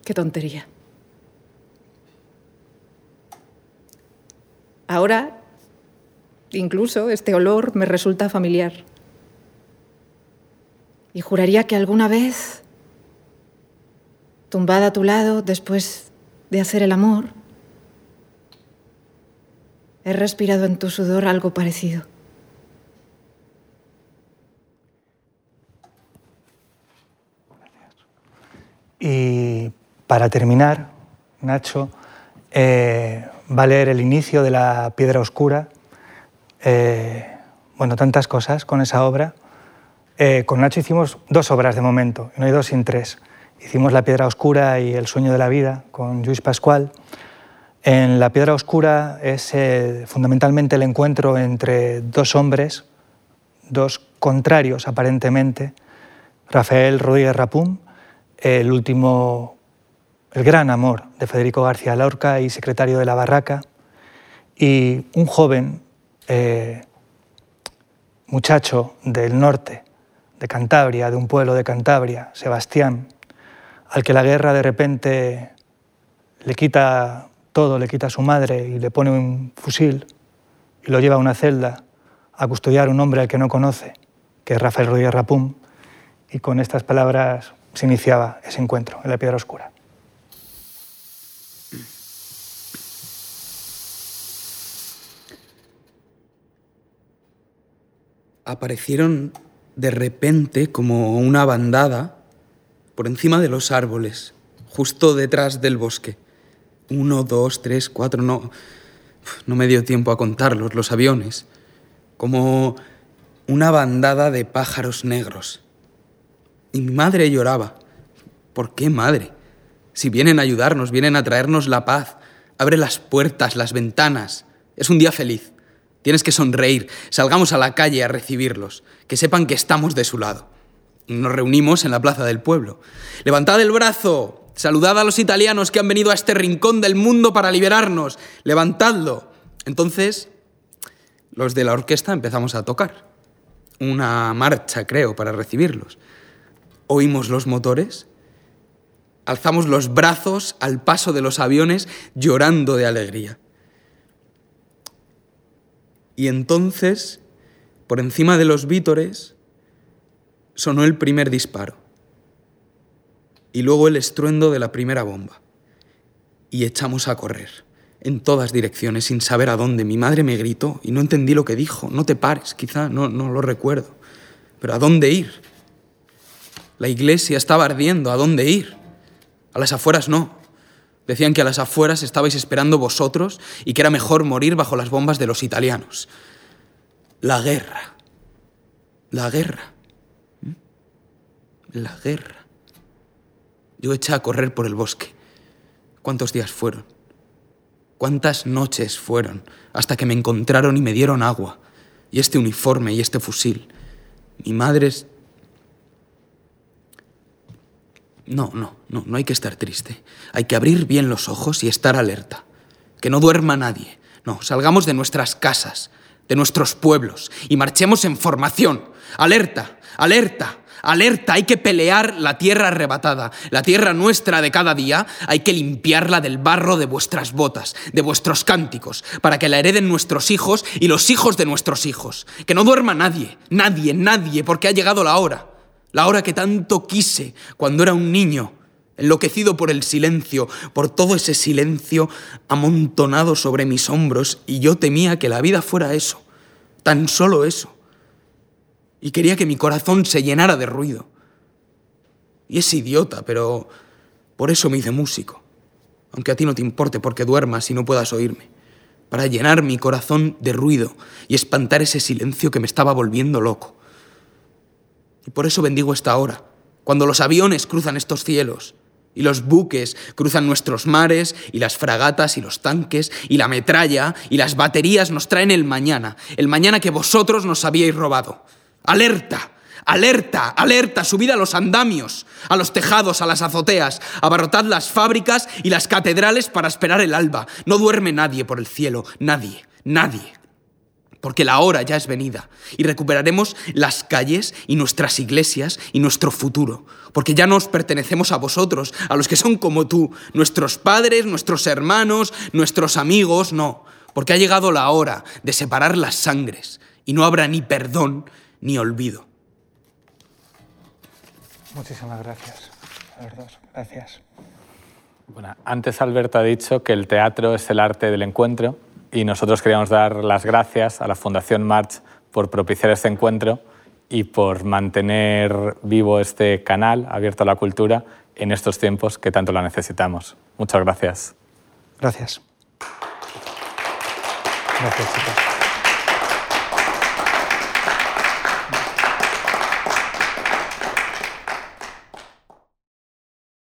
Qué tontería. Ahora, incluso, este olor me resulta familiar. Y juraría que alguna vez, tumbada a tu lado después de hacer el amor, he respirado en tu sudor algo parecido. Y para terminar, Nacho eh, va a leer el inicio de La Piedra Oscura. Eh, bueno, tantas cosas con esa obra. Eh, con Nacho hicimos dos obras de momento, no hay dos sin tres. Hicimos La Piedra Oscura y El Sueño de la Vida con Lluís Pascual. En La Piedra Oscura es eh, fundamentalmente el encuentro entre dos hombres, dos contrarios aparentemente, Rafael Rodríguez Rapum, el último, el gran amor de Federico García Lorca y secretario de La Barraca, y un joven eh, muchacho del norte, de Cantabria, de un pueblo de Cantabria, Sebastián, al que la guerra de repente le quita todo, le quita a su madre y le pone un fusil y lo lleva a una celda a custodiar a un hombre al que no conoce, que es Rafael Rodríguez Rapum, y con estas palabras se iniciaba ese encuentro en La Piedra Oscura. Aparecieron de repente como una bandada por encima de los árboles, justo detrás del bosque. Uno, dos, tres, cuatro, no... No me dio tiempo a contarlos, los aviones. Como una bandada de pájaros negros. Y mi madre lloraba. ¿Por qué, madre? Si vienen a ayudarnos, vienen a traernos la paz. Abre las puertas, las ventanas. Es un día feliz. Tienes que sonreír. Salgamos a la calle a recibirlos. Que sepan que estamos de su lado. Y nos reunimos en la plaza del pueblo. ¡Levantad el brazo! ¡Saludad a los italianos que han venido a este rincón del mundo para liberarnos! ¡Levantadlo! Entonces, los de la orquesta empezamos a tocar. Una marcha, creo, para recibirlos. Oímos los motores, alzamos los brazos al paso de los aviones llorando de alegría. Y entonces, por encima de los vítores, sonó el primer disparo. Y luego el estruendo de la primera bomba. Y echamos a correr, en todas direcciones, sin saber a dónde. Mi madre me gritó y no entendí lo que dijo. No te pares, quizá, no, no lo recuerdo. Pero ¿a dónde ir? La iglesia estaba ardiendo. ¿A dónde ir? A las afueras no. Decían que a las afueras estabais esperando vosotros y que era mejor morir bajo las bombas de los italianos. La guerra. La guerra. ¿Mm? La guerra. Yo eché a correr por el bosque. ¿Cuántos días fueron? ¿Cuántas noches fueron? Hasta que me encontraron y me dieron agua. Y este uniforme y este fusil. Mi madre es... No, no, no, no hay que estar triste. Hay que abrir bien los ojos y estar alerta. Que no duerma nadie. No, salgamos de nuestras casas, de nuestros pueblos y marchemos en formación. Alerta, alerta, alerta. Hay que pelear la tierra arrebatada. La tierra nuestra de cada día hay que limpiarla del barro de vuestras botas, de vuestros cánticos, para que la hereden nuestros hijos y los hijos de nuestros hijos. Que no duerma nadie, nadie, nadie, porque ha llegado la hora. La hora que tanto quise cuando era un niño, enloquecido por el silencio, por todo ese silencio amontonado sobre mis hombros, y yo temía que la vida fuera eso, tan solo eso. Y quería que mi corazón se llenara de ruido. Y es idiota, pero por eso me hice músico. Aunque a ti no te importe porque duermas y no puedas oírme. Para llenar mi corazón de ruido y espantar ese silencio que me estaba volviendo loco. Y por eso bendigo esta hora, cuando los aviones cruzan estos cielos, y los buques cruzan nuestros mares, y las fragatas y los tanques, y la metralla y las baterías nos traen el mañana, el mañana que vosotros nos habíais robado. ¡Alerta! ¡Alerta! ¡Alerta! Subid a los andamios, a los tejados, a las azoteas, abarrotad las fábricas y las catedrales para esperar el alba. No duerme nadie por el cielo, nadie, nadie. porque la hora ya es venida y recuperaremos las calles y nuestras iglesias y nuestro futuro, porque ya nos pertenecemos a vosotros, a los que son como tú, nuestros padres, nuestros hermanos, nuestros amigos, no, porque ha llegado la hora de separar las sangres y no habrá ni perdón ni olvido. Muchísimas gracias a los dos. Gracias. Bueno, antes Alberto ha dicho que el teatro es el arte del encuentro y nosotros queríamos dar las gracias a la Fundación March por propiciar este encuentro y por mantener vivo este canal abierto a la cultura en estos tiempos que tanto la necesitamos. Muchas gracias. Gracias. Gracias, chicos.